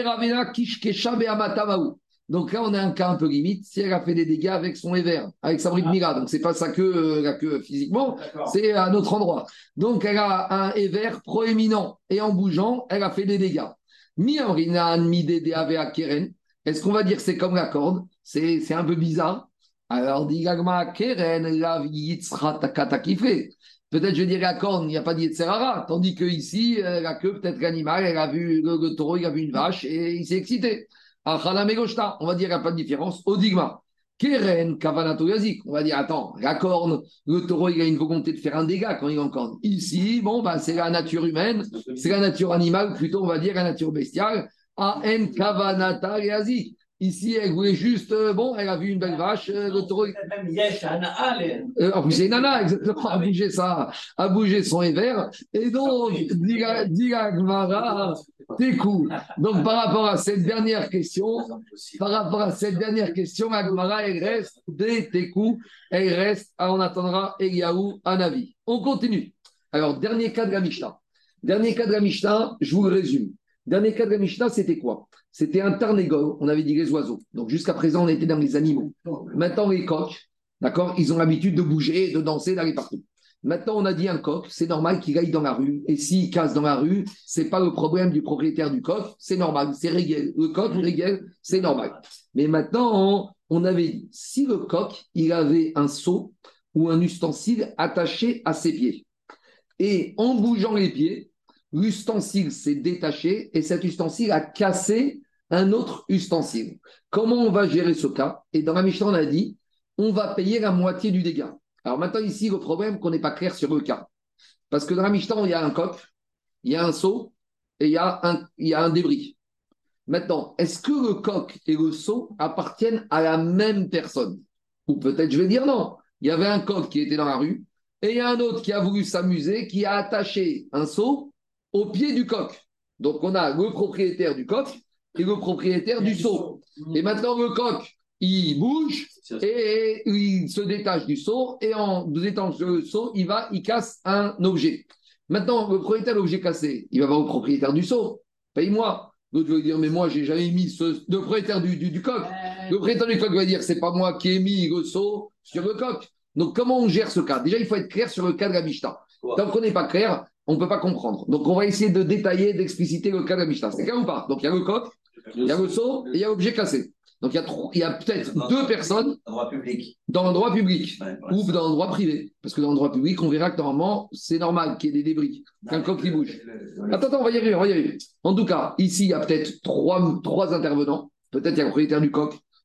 Donc là, on a un cas un peu limite. Si elle a fait des dégâts avec son éver, avec sa bride mira, donc c'est pas sa queue, la queue physiquement, c'est à un autre endroit. Donc elle a un éver proéminent et en bougeant, elle a fait des dégâts. Mi amrinan mi dede ave keren. Est-ce qu'on va dire c'est comme la corde? C'est, c'est un peu bizarre. Alors, dit Gagma, Keren, la yitzra takata qui fait. Peut-être je dirais la corne, il n'y a pas d'Yetzerara. Tandis que ici, la queue, peut-être l'animal, elle a vu le, le taureau, il a vu une vache et il s'est excité. Achala megoshta, on va dire qu'il n'y a pas de différence. Odigma, Keren, kavanato yazik. On va dire, attends, la corne, le taureau, il a une volonté de faire un dégât quand il en corne. Ici, bon, bah, c'est la nature humaine, c'est la nature animale, plutôt, on va dire la nature bestiale. A-N kavanata yazik. Ici, elle voulait juste, euh, bon, elle a vu une belle vache, euh, le taureau. Même Yesh, Anna, euh, En plus, c'est Nana, exactement, a bougé ça, a bougé son éver. Et donc, Diga Gmara, t'es cool. Donc, par rapport à cette dernière question, par rapport à cette dernière question, Agmara, elle reste des Tekou, elle reste, on attendra Eliaou, un avis. On continue. Alors, dernier cas de la Mishnah. Dernier cas de la Mishnah, je vous le résume. Dernier cas de la Mishnah, c'était quoi? C'était un tarnégol, on avait dit les oiseaux. Donc jusqu'à présent, on était dans les animaux. Maintenant, les coqs, d'accord, ils ont l'habitude de bouger, de danser, d'aller partout. Maintenant, on a dit un coq, c'est normal qu'il aille dans la rue. Et s'il casse dans la rue, ce n'est pas le problème du propriétaire du coq, c'est normal, c'est régel. Le coq, régel, c'est normal. Mais maintenant, on, on avait dit, si le coq, il avait un seau ou un ustensile attaché à ses pieds, et en bougeant les pieds, l'ustensile s'est détaché et cet ustensile a cassé un autre ustensile. Comment on va gérer ce cas? Et dans la Mishnah, on a dit, on va payer la moitié du dégât. Alors maintenant, ici, le problème, qu'on n'est pas clair sur le cas. Parce que dans la Mishnah, il y a un coq, il y a un seau et il y a un, il y a un débris. Maintenant, est-ce que le coq et le seau appartiennent à la même personne? Ou peut-être, je vais dire non. Il y avait un coq qui était dans la rue et il y a un autre qui a voulu s'amuser, qui a attaché un seau au pied du coq. Donc, on a le propriétaire du coq et le propriétaire du seau. Et maintenant, le coq, il bouge et il se détache du seau et en détachant le seau, il va, il casse un objet. Maintenant, le propriétaire de l'objet cassé, il va voir au propriétaire du seau. Paye-moi. L'autre va lui dire, mais moi, j'ai jamais mis ce... Le propriétaire du, du, du coq. Le propriétaire du coq va dire, c'est pas moi qui ai mis le seau sur le coq. Donc, comment on gère ce cas? Déjà, il faut être clair sur le cas de la Mishnah. Tant qu'on n'est pas clair, on ne peut pas comprendre. Donc, on va essayer de détailler, d'expliciter le cas de la Mishnah. C'est clair ou pas? Donc, il y a le coq, il y a le seau et il y a l'objet cassé. Donc, il y a, trop, il y a peut-être deux personnes dans l'endroit public ouais, ou dans l'endroit privé. Parce que dans l'endroit public, on verra que normalement, c'est normal qu'il y ait des débris, qu'un coq qui bouge. Attends, attends, on va y arriver, on va y arriver. En tout cas, ici, il y a peut-être trois, trois intervenants. Peut-être il y a le propriétaire du coq,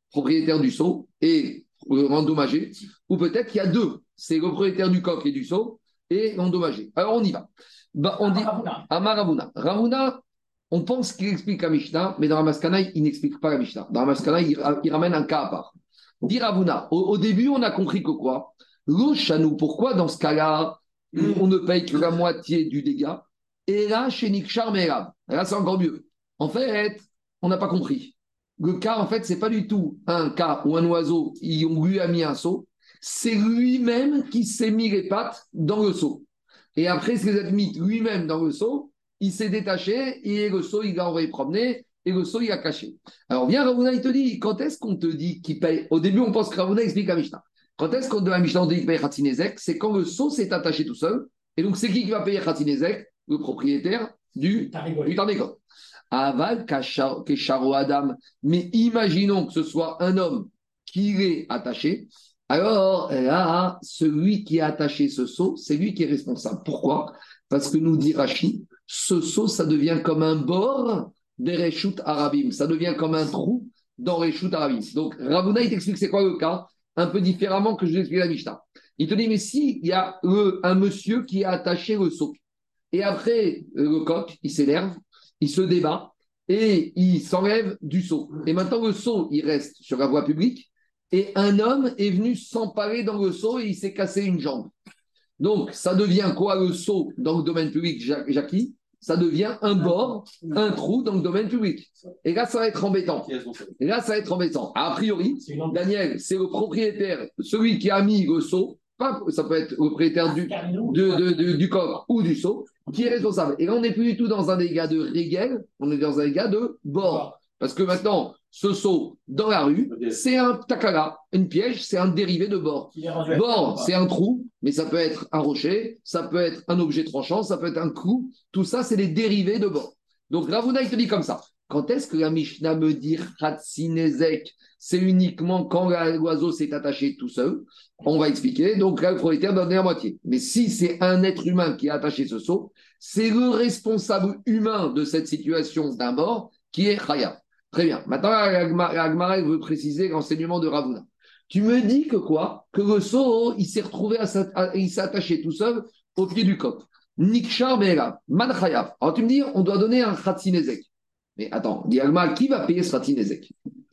propriétaire du seau, est euh, endommagé, ou peut-être qu'il y a deux. C'est le propriétaire du coq et du seau et endommagé. Alors on y va. Bah, on dit Amar Ravuna. Ravuna, on pense qu'il explique la Mishnah, mais dans la Maskana, il n'explique pas la Mishnah. Dans la Maskana, il, il ramène un cas à part. Dit Ravuna, au, au début, on a compris que quoi? L'eau chanou, pourquoi dans ce cas-là, on ne paye que la moitié du dégât? Et là, chez Nikchar Merav, là, c'est encore mieux. En fait, on n'a pas compris. Le cas, en fait, c'est pas du tout un cas où un oiseau, il, on lui a mis un seau. C'est lui-même qui s'est mis les pattes dans le seau. Et après, ce qu'il a mis lui-même dans le seau, il s'est détaché et le seau, il l'a envoyé promener et le seau, il a caché. Alors, viens, Ravuna, il te dit, quand est-ce qu'on te dit qu'il paye? Au début, on pense que Ravuna explique la Mishnah. Quand est-ce qu'on de la Mishnah, on dit qu'il paye Khatinezek? C'est quand le seau s'est attaché tout seul. Et donc, c'est qui qui va payer Khatinezek? Le propriétaire du Tarnégot. Aval Kesharo Adam. Mais imaginons que ce soit un homme qui l'ait attaché. Alors là, celui qui a attaché ce seau, c'est lui qui est responsable. Pourquoi? Parce que nous dit Rashi, ce seau, ça devient comme un bord des Reshut Arabim. Ça devient comme un trou dans Reshut Arabim. Donc Ravuna, il t'explique c'est quoi le cas, un peu différemment que je l'explique la Mishnah. Il te dit, mais si il y a le, un monsieur qui a attaché le seau, et après le coq, il s'énerve, il se débat, et il s'enlève du seau. Et maintenant, le seau, il reste sur la voie publique. Et un homme est venu s'emparer dans le seau et il s'est cassé une jambe. Donc, ça devient quoi le seau dans le domaine public, Jackie? Ça devient un bord, un trou dans le domaine public. Et là, ça va être embêtant. Et là, ça va être embêtant. A priori, Daniel, c'est le propriétaire, celui qui a mis le seau, pas, ça peut être le propriétaire du, de, de, de, du coq ou du seau, qui est responsable. Et là, on n'est plus du tout dans un dégât de régel, on est dans un dégât de bord. Parce que maintenant, ce seau dans la rue, c'est un takala, une piège, c'est un dérivé de bord. Bord, c'est un trou, mais ça peut être un rocher, ça peut être un objet tranchant, ça peut être un clou. Tout ça, c'est des dérivés de bord. Donc Ravuna, il te dit comme ça. Quand est-ce que la Mishnah me dit Khatsinezek? C'est uniquement quand l'oiseau s'est attaché tout seul. On va expliquer. Donc là, le propriétaire donne la moitié. Mais si c'est un être humain qui a attaché ce seau, c'est le responsable humain de cette situation d'un bord qui est Chaya. Très bien. Maintenant, la Gemara veut préciser l'enseignement de Ravuna. Tu me dis que quoi? Que le seau, il s'est retrouvé, à, à, il s'est attaché tout seul au pied du coq. Nikshar Me'ela, Man Chayav. Alors tu me dis, on doit donner un Khatsinezek. Mais attends, dit Agma, qui va payer ce Khatsinezek?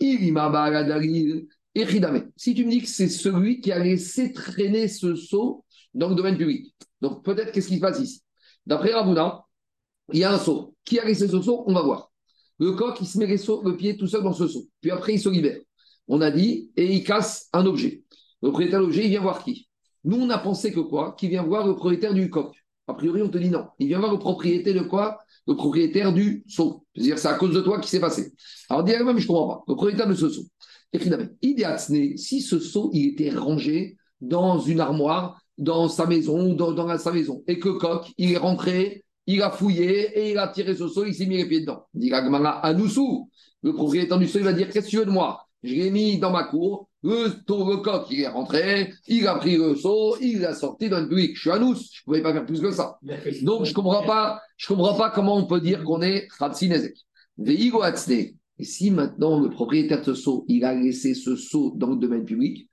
Si tu me dis que c'est celui qui a laissé traîner ce seau dans le domaine public. Donc peut-être qu'est-ce qui se passe ici? D'après Ravuna, il y a un seau. Qui a laissé ce seau? On va voir. Le coq, il se met les seaux, le pied tout seul dans ce seau. Puis après, il se libère. On a dit, et il casse un objet. Le propriétaire de l'objet, il vient voir qui? Nous, on a pensé que quoi? Qu'il vient voir le propriétaire du coq. A priori, on te dit non. Il vient voir le propriétaire de quoi? Le propriétaire du seau. C'est-à-dire, c'est à cause de toi qui s'est passé. Alors, dis même, je ne comprends pas. Le propriétaire de ce seau. Si ce seau, il était rangé dans une armoire, dans sa maison, dans, dans sa maison, et que le coq, il est rentré, il a fouillé et il a tiré ce seau, il s'est mis les pieds dedans. Il dit à Noussou, le propriétaire du seau, il va dire qu'est-ce que tu veux de moi? Je l'ai mis dans ma cour, le, le coq, il est rentré, il a pris le seau, il l'a sorti dans le public. Je suis à nous, je ne pouvais pas faire plus que ça. Donc, je ne comprends pas, je comprends pas comment on peut dire qu'on est Khatsinezek. Et si maintenant le propriétaire de ce seau, il a laissé ce seau dans le domaine public,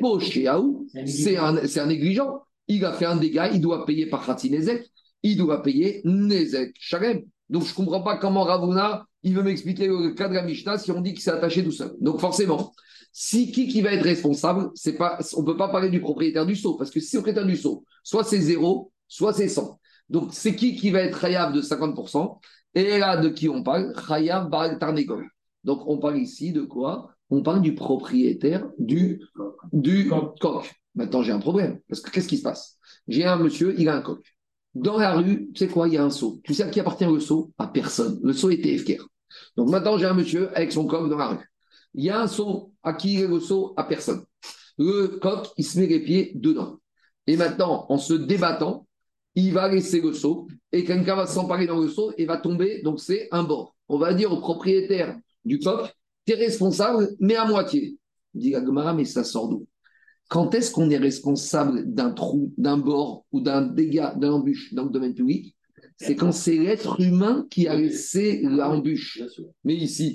c'est un, c'est un négligent. Il a fait un dégât, il doit payer par Khatsinezek. Il doit payer Nezek Shalem. Donc, je ne comprends pas comment Ravuna, il veut m'expliquer le cas de la Mishnah si on dit qu'il s'est attaché tout seul. Donc, forcément, si qui, qui va être responsable, c'est pas, on ne peut pas parler du propriétaire du seau, parce que si le propriétaire du seau, soit c'est zéro, soit c'est cent. Donc, c'est qui qui va être Chayav de cinquante pour cent? Et là, de qui on parle? Chayav Baal Tarnegol. Donc, on parle ici de quoi? On parle du propriétaire du, du coq. Maintenant, j'ai un problème, parce que qu'est-ce qui se passe? J'ai un monsieur, il a un coq. Dans la rue, tu sais quoi, il y a un seau. Tu sais à qui appartient le seau? À personne. Le seau était efker. Donc maintenant, j'ai un monsieur avec son coq dans la rue. Il y a un seau. À qui est le seau? À personne. Le coq, il se met les pieds dedans. Et maintenant, en se débattant, il va laisser le seau et quelqu'un va s'emparer dans le seau et va tomber. Donc c'est un bord. On va dire au propriétaire du coq, tu es responsable, mais à moitié. Il dit à Gemara, mais ça sort d'où? Quand est-ce qu'on est responsable d'un trou, d'un bord ou d'un dégât, d'un embûche dans le domaine public? C'est quand c'est l'être humain qui a laissé l'embûche. Mais ici,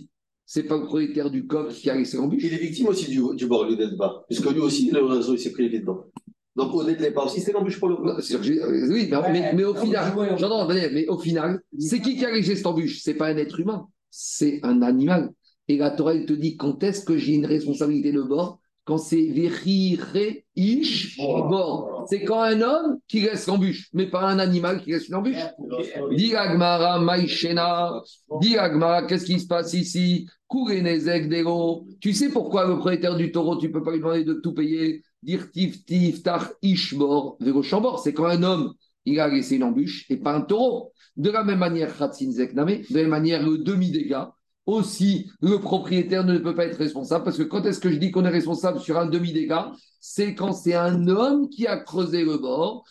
c'est pas le propriétaire du coq qui a laissé l'embûche. Il est victime aussi du, du bord, lui, d'être bas. Puisque lui aussi, le réseau, il s'est pris les pieds dedans. Donc, au départ aussi, c'est l'embûche pour le Non, c'est sûr que j'ai- euh, Oui, mais, mais, mais au final, j'entends, mais, mais au final, c'est qui qui a laissé cette embûche? C'est pas un être humain, c'est un animal. Et la Torah, elle te dit quand est-ce que j'ai une responsabilité de bord? Quand c'est Vechire Ish bord. C'est quand un homme qui laisse l'embûche, mais pas un animal qui laisse une embûche. Dis Agmara, Maïchena, dis Agmara, qu'est-ce qui se passe ici? Kourenezek Dero. Tu sais pourquoi le propriétaire du taureau, tu ne peux pas lui demander de tout payer? Dire tif tif tar ishbor vélo chambor, c'est quand un homme il a laissé une embûche et pas un taureau. De la même manière, khatzin zekname, de la même manière le demi dégât aussi le propriétaire ne peut pas être responsable parce que quand est-ce que je dis qu'on est responsable sur un demi dégât, c'est quand c'est un homme qui a creusé le bord,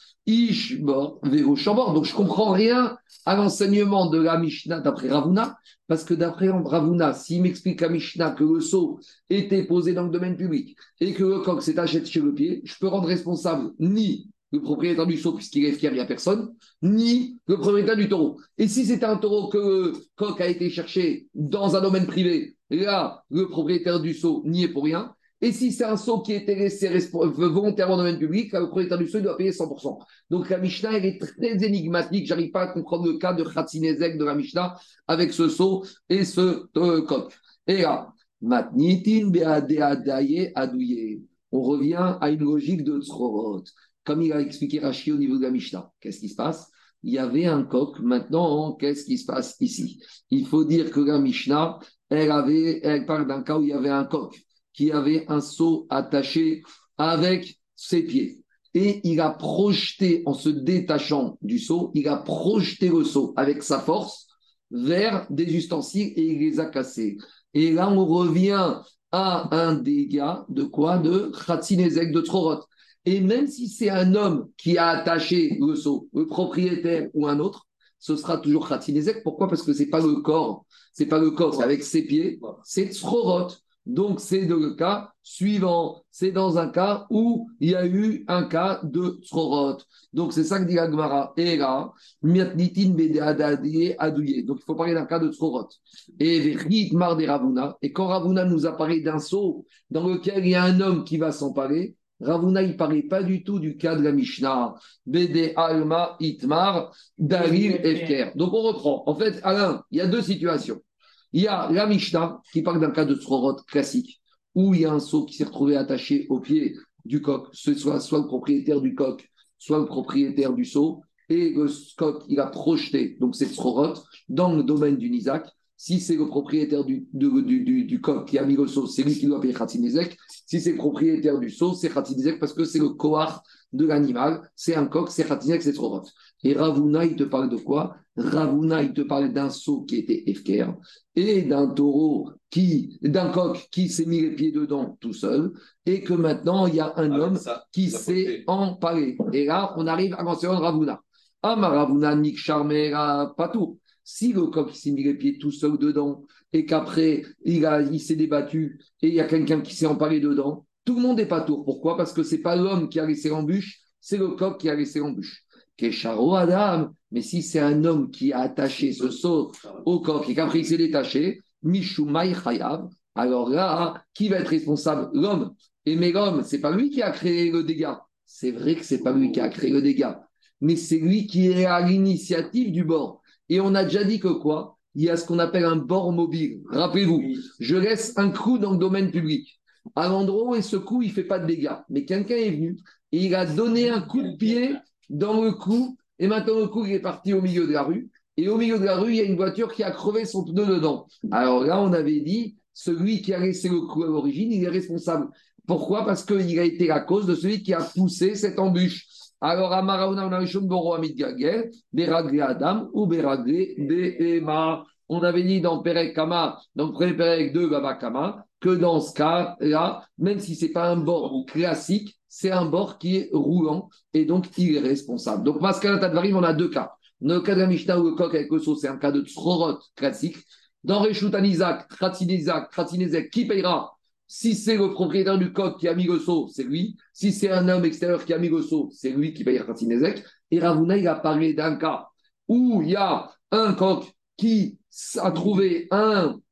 ishbor vélo chambor. Donc je comprends rien à l'enseignement de la Mishnah d'après Ravuna parce que d'après Ravuna, s'il m'explique la Mishnah que le seau était posé dans le domaine public et que le coq s'est acheté chez le pied, je peux rendre responsable ni le propriétaire du seau, puisqu'il est fier, il n'y a personne, ni le propriétaire du taureau. Et si c'était un taureau que le coq a été cherché dans un domaine privé, là, le propriétaire du seau n'y est pour rien. Et si c'est un seau qui a été laissé volontairement dans le domaine public, là, le propriétaire du seau il doit payer cent pour cent. Donc la Mishnah, elle est très énigmatique. Je n'arrive pas à comprendre le cas de Khatzinezek de la Mishnah avec ce seau et ce euh, coq. Et là, Matnitin be'adeadaye adouye. On revient à une logique de Tzrorot. Comme il a expliqué Rashi au niveau de la Mishnah. Qu'est-ce qui se passe? Il y avait un coq. Maintenant, qu'est-ce qui se passe ici? Il faut dire que la Mishnah, elle, avait, elle parle d'un cas où il y avait un coq qui avait un seau attaché avec ses pieds. Et il a projeté, en se détachant du seau, il a projeté le seau avec sa force vers des ustensiles et il les a cassés. Et là, on revient à un dégât de quoi? De Khatzinezek, de Tzrorot. Et même si c'est un homme qui a attaché le seau, le propriétaire ou un autre, ce sera toujours Khatzinezek. Pourquoi? Parce que ce n'est pas le corps, c'est pas le corps, c'est avec ses pieds, c'est Tzrorot. Donc c'est le cas suivant, c'est dans un cas où il y a eu un cas de Tzrorot. Donc c'est ça que dit la Gemara. Et là, Miatnitin Bedeadadie Adouye. Donc il faut parler d'un cas de Tzrorot. Et Vechit Mar de Ravuna. Et quand Ravuna nous a parlé d'un seau dans lequel il y a un homme qui va s'emparer, Ravuna, il ne parlait pas du tout du cas de la Mishnah. Bede Alma Itmar Darir Efker. Donc on reprend. En fait, Alain, il y a deux situations. Il y a la Mishnah qui parle d'un cas de Tzrorot classique, où il y a un seau qui s'est retrouvé attaché au pied du coq, ce soit, soit le propriétaire du coq, soit le propriétaire du seau, et le coq, il a projeté, donc c'est Tzrorot, dans le domaine du Nizak. Si c'est le propriétaire du, du, du, du, du coq qui a mis le seau, c'est lui qui doit payer Khatzinezek. Si c'est le propriétaire du seau, c'est Khatzinezek parce que c'est le koar de l'animal. C'est un coq, c'est Khatzinezek, c'est Tzrorot. Et Ravuna, il te parle de quoi? Ravuna, il te parle d'un seau qui était Efker et d'un taureau, qui, d'un coq qui s'est mis les pieds dedans tout seul et que maintenant, il y a un homme ça, qui s'est emparé. Et là, on arrive à l'enseignement de Ravuna. Ama Ravuna, Nik Charmera, pas tout. Si le coq s'est mis les pieds tout seul dedans et qu'après, il, a, il s'est débattu et il y a quelqu'un qui s'est emparé dedans, tout le monde n'est pas tour. Pourquoi? Parce que ce n'est pas l'homme qui a laissé l'embûche, c'est le coq qui a laissé l'embûche. Kesharo Adam, mais si c'est un homme qui a attaché ce seau au coq et qu'après il s'est détaché, Mishumai Chayav, alors là, qui va être responsable? L'homme. Et mais l'homme, ce n'est pas lui qui a créé le dégât. C'est vrai que ce n'est pas lui qui a créé le dégât, mais c'est lui qui est à l'initiative du bord. Et on a déjà dit que quoi? Il y a ce qu'on appelle un bord mobile. Rappelez-vous, je laisse un clou dans le domaine public. À l'endroit où ce clou, il ne fait pas de dégâts. Mais quelqu'un est venu et il a donné un coup de pied dans le clou. Et maintenant, le clou, il est parti au milieu de la rue. Et au milieu de la rue, il y a une voiture qui a crevé son pneu dedans. Alors là, on avait dit, celui qui a laissé le clou à l'origine, il est responsable. Pourquoi? Parce qu'il a été la cause de celui qui a poussé cette embûche. Alors, Amarauna, on a eu Boro Amit Gagel, Beraglé Adam ou Beraglé Behema. On avait dit dans Perek Kama, dans le premier Perek de Baba Kama, que dans ce cas-là, même si ce n'est pas un bord classique, c'est un bord qui est roulant et donc il est responsable. Donc, Maskala Tadvarim, on a deux cas. Dans le cas de la Mishnah où le coq avec le seau, c'est un cas de Tzrorot classique. Dans Reshut Anizak, Khatzinezek, Khatzinezek, qui payera? Si c'est le propriétaire du coq qui a mis le seau, c'est lui. Si c'est un homme extérieur qui a mis le seau, c'est lui qui paye Khatzinezek. Et Ravuna, il a parlé d'un cas où il y a un coq qui a trouvé un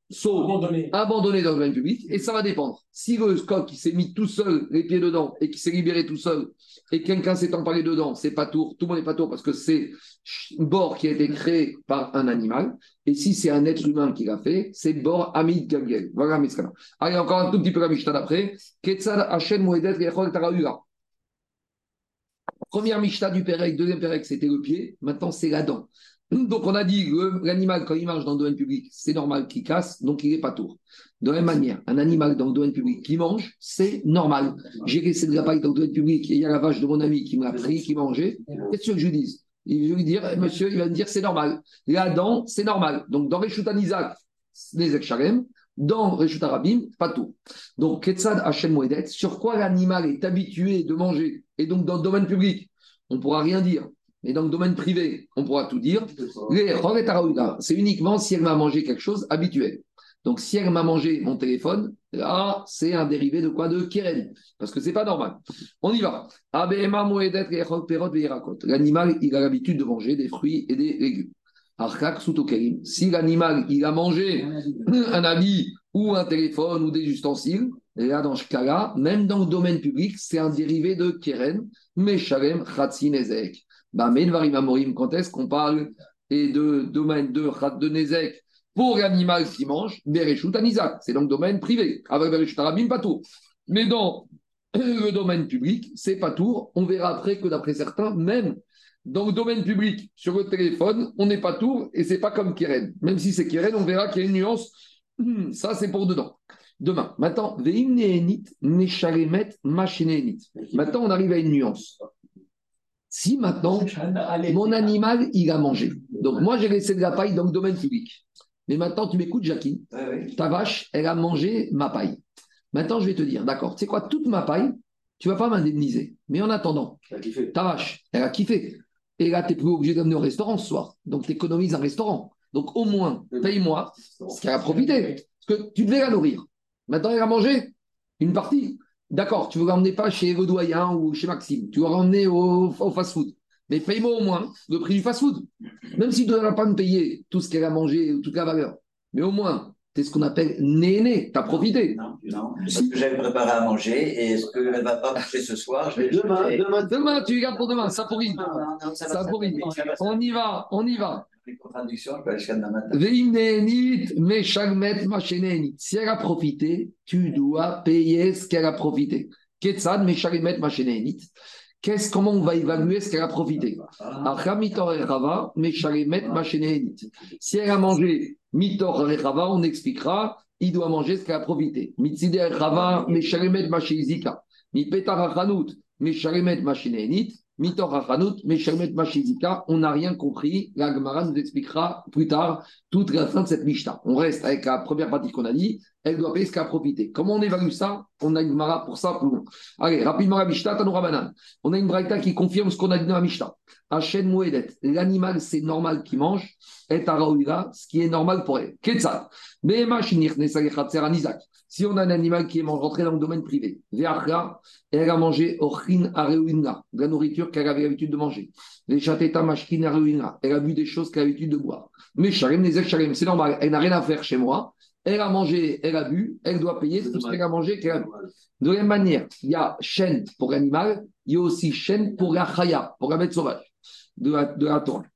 sauf abandonné. abandonné dans le domaine public, et ça va dépendre. Si le coq il s'est mis tout seul, les pieds dedans, et qu'il s'est libéré tout seul, et quelqu'un s'est emparé dedans, c'est pas tour, tout le monde n'est pas tour parce que c'est bord qui a été créé par un animal, et si c'est un être humain qui l'a fait, c'est bord Hamid Galgel. Voilà, Miskana. Allez, encore un tout petit peu la Mishnah d'après. Ketzad Hachem Moedet Yechol Taraula. Première Mishnah du Pérec, deuxième Pérec, c'était le pied, maintenant c'est la dent. Donc, on a dit que l'animal, quand il marche dans le domaine public, c'est normal qu'il casse, donc il n'est pas tour. De la même manière, un animal dans le domaine public qui mange, c'est normal. J'ai laissé de la paille dans le domaine public et il y a la vache de mon ami qui me l'a pris, qui mangeait. Qu'est-ce que je lui dis? Je vais lui dire, monsieur, il va me dire, c'est normal. La dent, c'est normal. Donc, dans Reshut Anizak, les Ekcharem, dans Reshut Arabim, pas tout. Donc, Ketzad Hachem Moedet, sur quoi l'animal est habitué de manger, et donc dans le domaine public, on ne pourra rien dire. Mais dans le domaine privé, on pourra tout dire. C'est uniquement si elle m'a mangé quelque chose habituel. Donc, si elle m'a mangé mon téléphone, là, c'est un dérivé de quoi? De Keren. Parce que ce n'est pas normal. On y va. L'animal, il a l'habitude de manger des fruits et des légumes. Si l'animal, il a mangé un habit ou un téléphone ou des ustensiles, là, dans ce cas-là, même dans le domaine public, c'est un dérivé de Keren, Meshalem, Khatsi, Nezek. Bah, quand est-ce qu'on parle et de domaine de Khat de Nezek pour l'animal qui mange, Bereshut Anizak, c'est donc domaine privé. Avec Bereshut Arabim, pas tout. Mais dans le domaine public, c'est pas tout. On verra après que d'après certains, même dans le domaine public, sur le téléphone, on n'est pas tour et c'est pas comme Keren. Même si c'est Keren, on verra qu'il y a une nuance. Ça, c'est pour dedans. Demain. Maintenant, Maintenant, on arrive à une nuance. Si maintenant, mon animal, il a mangé. Donc, moi, j'ai laissé de la paille dans le domaine public. Mais maintenant, tu m'écoutes, Jackie. Ta vache, elle a mangé ma paille. Maintenant, je vais te dire, d'accord, tu sais quoi, toute ma paille, tu ne vas pas m'indemniser. Mais en attendant, ta vache, elle a kiffé. Et là, tu n'es plus obligé d'amener au restaurant ce soir. Donc, tu économises un restaurant. Donc, au moins, paye-moi ce qu'elle a profité. Parce que tu devais la nourrir. Maintenant, elle a mangé une partie. D'accord, tu ne veux l'emmener pas chez le doyen ou chez Maxime. Tu vas l'emmener au, au fast-food. Mais paye-moi au moins le prix du fast-food. Même si tu ne vas pas me payer tout ce qu'elle a mangé ou toute la valeur. Mais au moins, c'est ce qu'on appelle néné. Tu as profité. Non, non. Parce que j'avais préparé à manger et ce qu'elle ne va pas manger ce soir, je vais demain, demain, demain, tu regardes pour demain. Ça pourrit. Non, non, non, ça, ça pourrit. On y va, on y va. Si elle a profité, tu dois payer ce qu'elle a profité. Qu'est-ce, comment on va évaluer ce qu'elle a profité? Si elle a mangé mitor rechava, on expliquera, il doit manger ce qu'elle a profité. Mitzide rechava, meshalemet mashizika. Mi petarachanut, meshalemet mashinenit. Mitor Rachanut, Meshalmet Machizika, on n'a rien compris. La Gemara nous expliquera plus tard toute la fin de cette Mishnah. On reste avec la première partie qu'on a dit. Elle doit payer ce qu'elle a profité. Comment on évalue ça? On a une Gemara pour ça. Pour... Allez, rapidement la Mishnah, Tanoura Banan. On a une Braïta qui confirme ce qu'on a dit dans la Mishnah. Hachem Moedet, l'animal c'est normal qu'il mange. Et Araouira, ce qui est normal pour elle. Ketsat. Behema Shinir Nesalechatzer Anizak. Si on a un animal qui est rentré dans le domaine privé, Veachra, elle a mangé Ochin Areuina, de la nourriture qu'elle avait l'habitude de manger. Les Chateta Mashkin Areuina, elle a bu des choses qu'elle a l'habitude de boire. Mais Sharem, les Sharem, c'est normal, elle n'a rien à faire chez moi. Elle a mangé, elle a bu, elle doit payer tout ce qu'elle a mangé, qu'elle a bu. De la même manière, il y a chaîne pour l'animal, il y a aussi chaîne pour la chaya, pour la bête sauvage de la, de la Torah.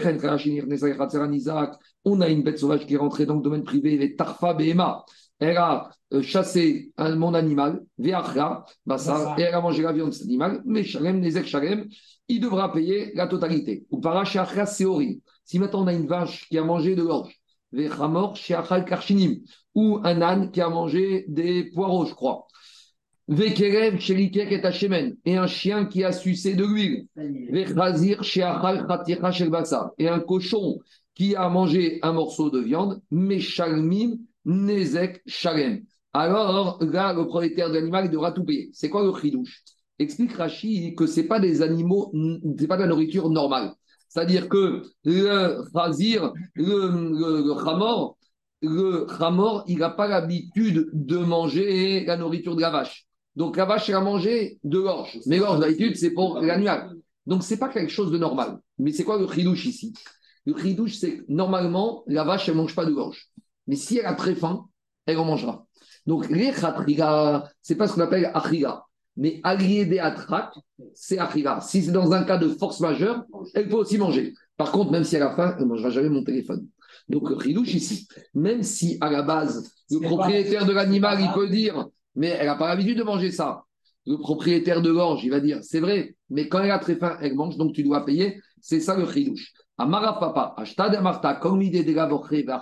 On a une bête sauvage qui est rentrée dans le domaine privé, les Tarfa Behema. Elle a chassé un, mon animal, Veachra, Bassar, et elle a mangé la viande de cet animal, mais Shalem, Nezek Shalem, il devra payer la totalité. Ou Parachachra Seori. Si maintenant on a une vache qui a mangé de l'orge, Vechamor, Sheachal Karchinim, ou un âne qui a mangé des poireaux, je crois. Vekerev, Shelikek et Hachemen, et un chien qui a sucé de l'huile. Vechazir, Sheachal Khaticha Shelbassa, et un cochon qui a mangé un morceau de viande, Meshalmim, Nezek Shalem. Alors, là, le propriétaire de l'animal, il devra tout payer. C'est quoi le chidouche? Explique Rashi que ce n'est pas des animaux, ce n'est pas de la nourriture normale. C'est-à-dire que le chazir, le, le, le chamor, le chamor, il n'a pas l'habitude de manger la nourriture de la vache. Donc, la vache, elle a mangé de l'orge. Mais l'orge, d'habitude, c'est pour l'animal. Donc, ce n'est pas quelque chose de normal. Mais c'est quoi le chidouche ici? Le chidouche, c'est que normalement, la vache, elle ne mange pas de l'orge. Mais si elle a très faim, elle en mangera. Donc, les khatriga, c'est pas ce qu'on appelle achiga. Mais allié des atrak, c'est achiga. Si c'est dans un cas de force majeure, elle peut aussi manger. Par contre, même si elle a faim, elle ne mangera jamais mon téléphone. Donc, le chidouche ici, même si à la base, le propriétaire de l'animal, il peut dire, mais elle n'a pas l'habitude de manger ça. Le propriétaire de l'orge, il va dire, c'est vrai, mais quand elle a très faim, elle mange, donc tu dois payer. C'est ça le chidouche. Amara papa, ashtad amarta, comme l'idée de la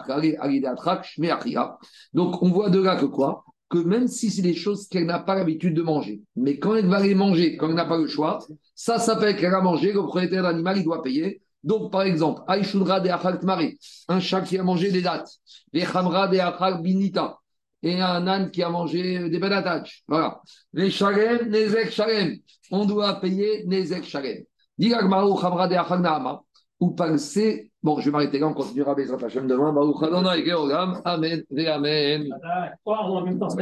donc, on voit de là que quoi? Que même si c'est des choses qu'elle n'a pas l'habitude de manger, mais quand elle va les manger, quand elle n'a pas le choix, ça s'appelle qu'elle a mangé, le propriétaire d'animal, il doit payer. Donc, par exemple, Aïchoudra de Achal Tmare, un chat qui a mangé des dattes, les Khamra de Achal Binita, et un âne qui a mangé des banatage. Voilà. Les Shalem, Nezek Shalem, on doit payer Nezek Shalem. Diragmao Khamra de Achal Nahama. Ou penser, bon, je vais m'arrêter là, on continuera Bezrat Hashem demain. Baruch Adonai Georgam, Amen, Ve Amen.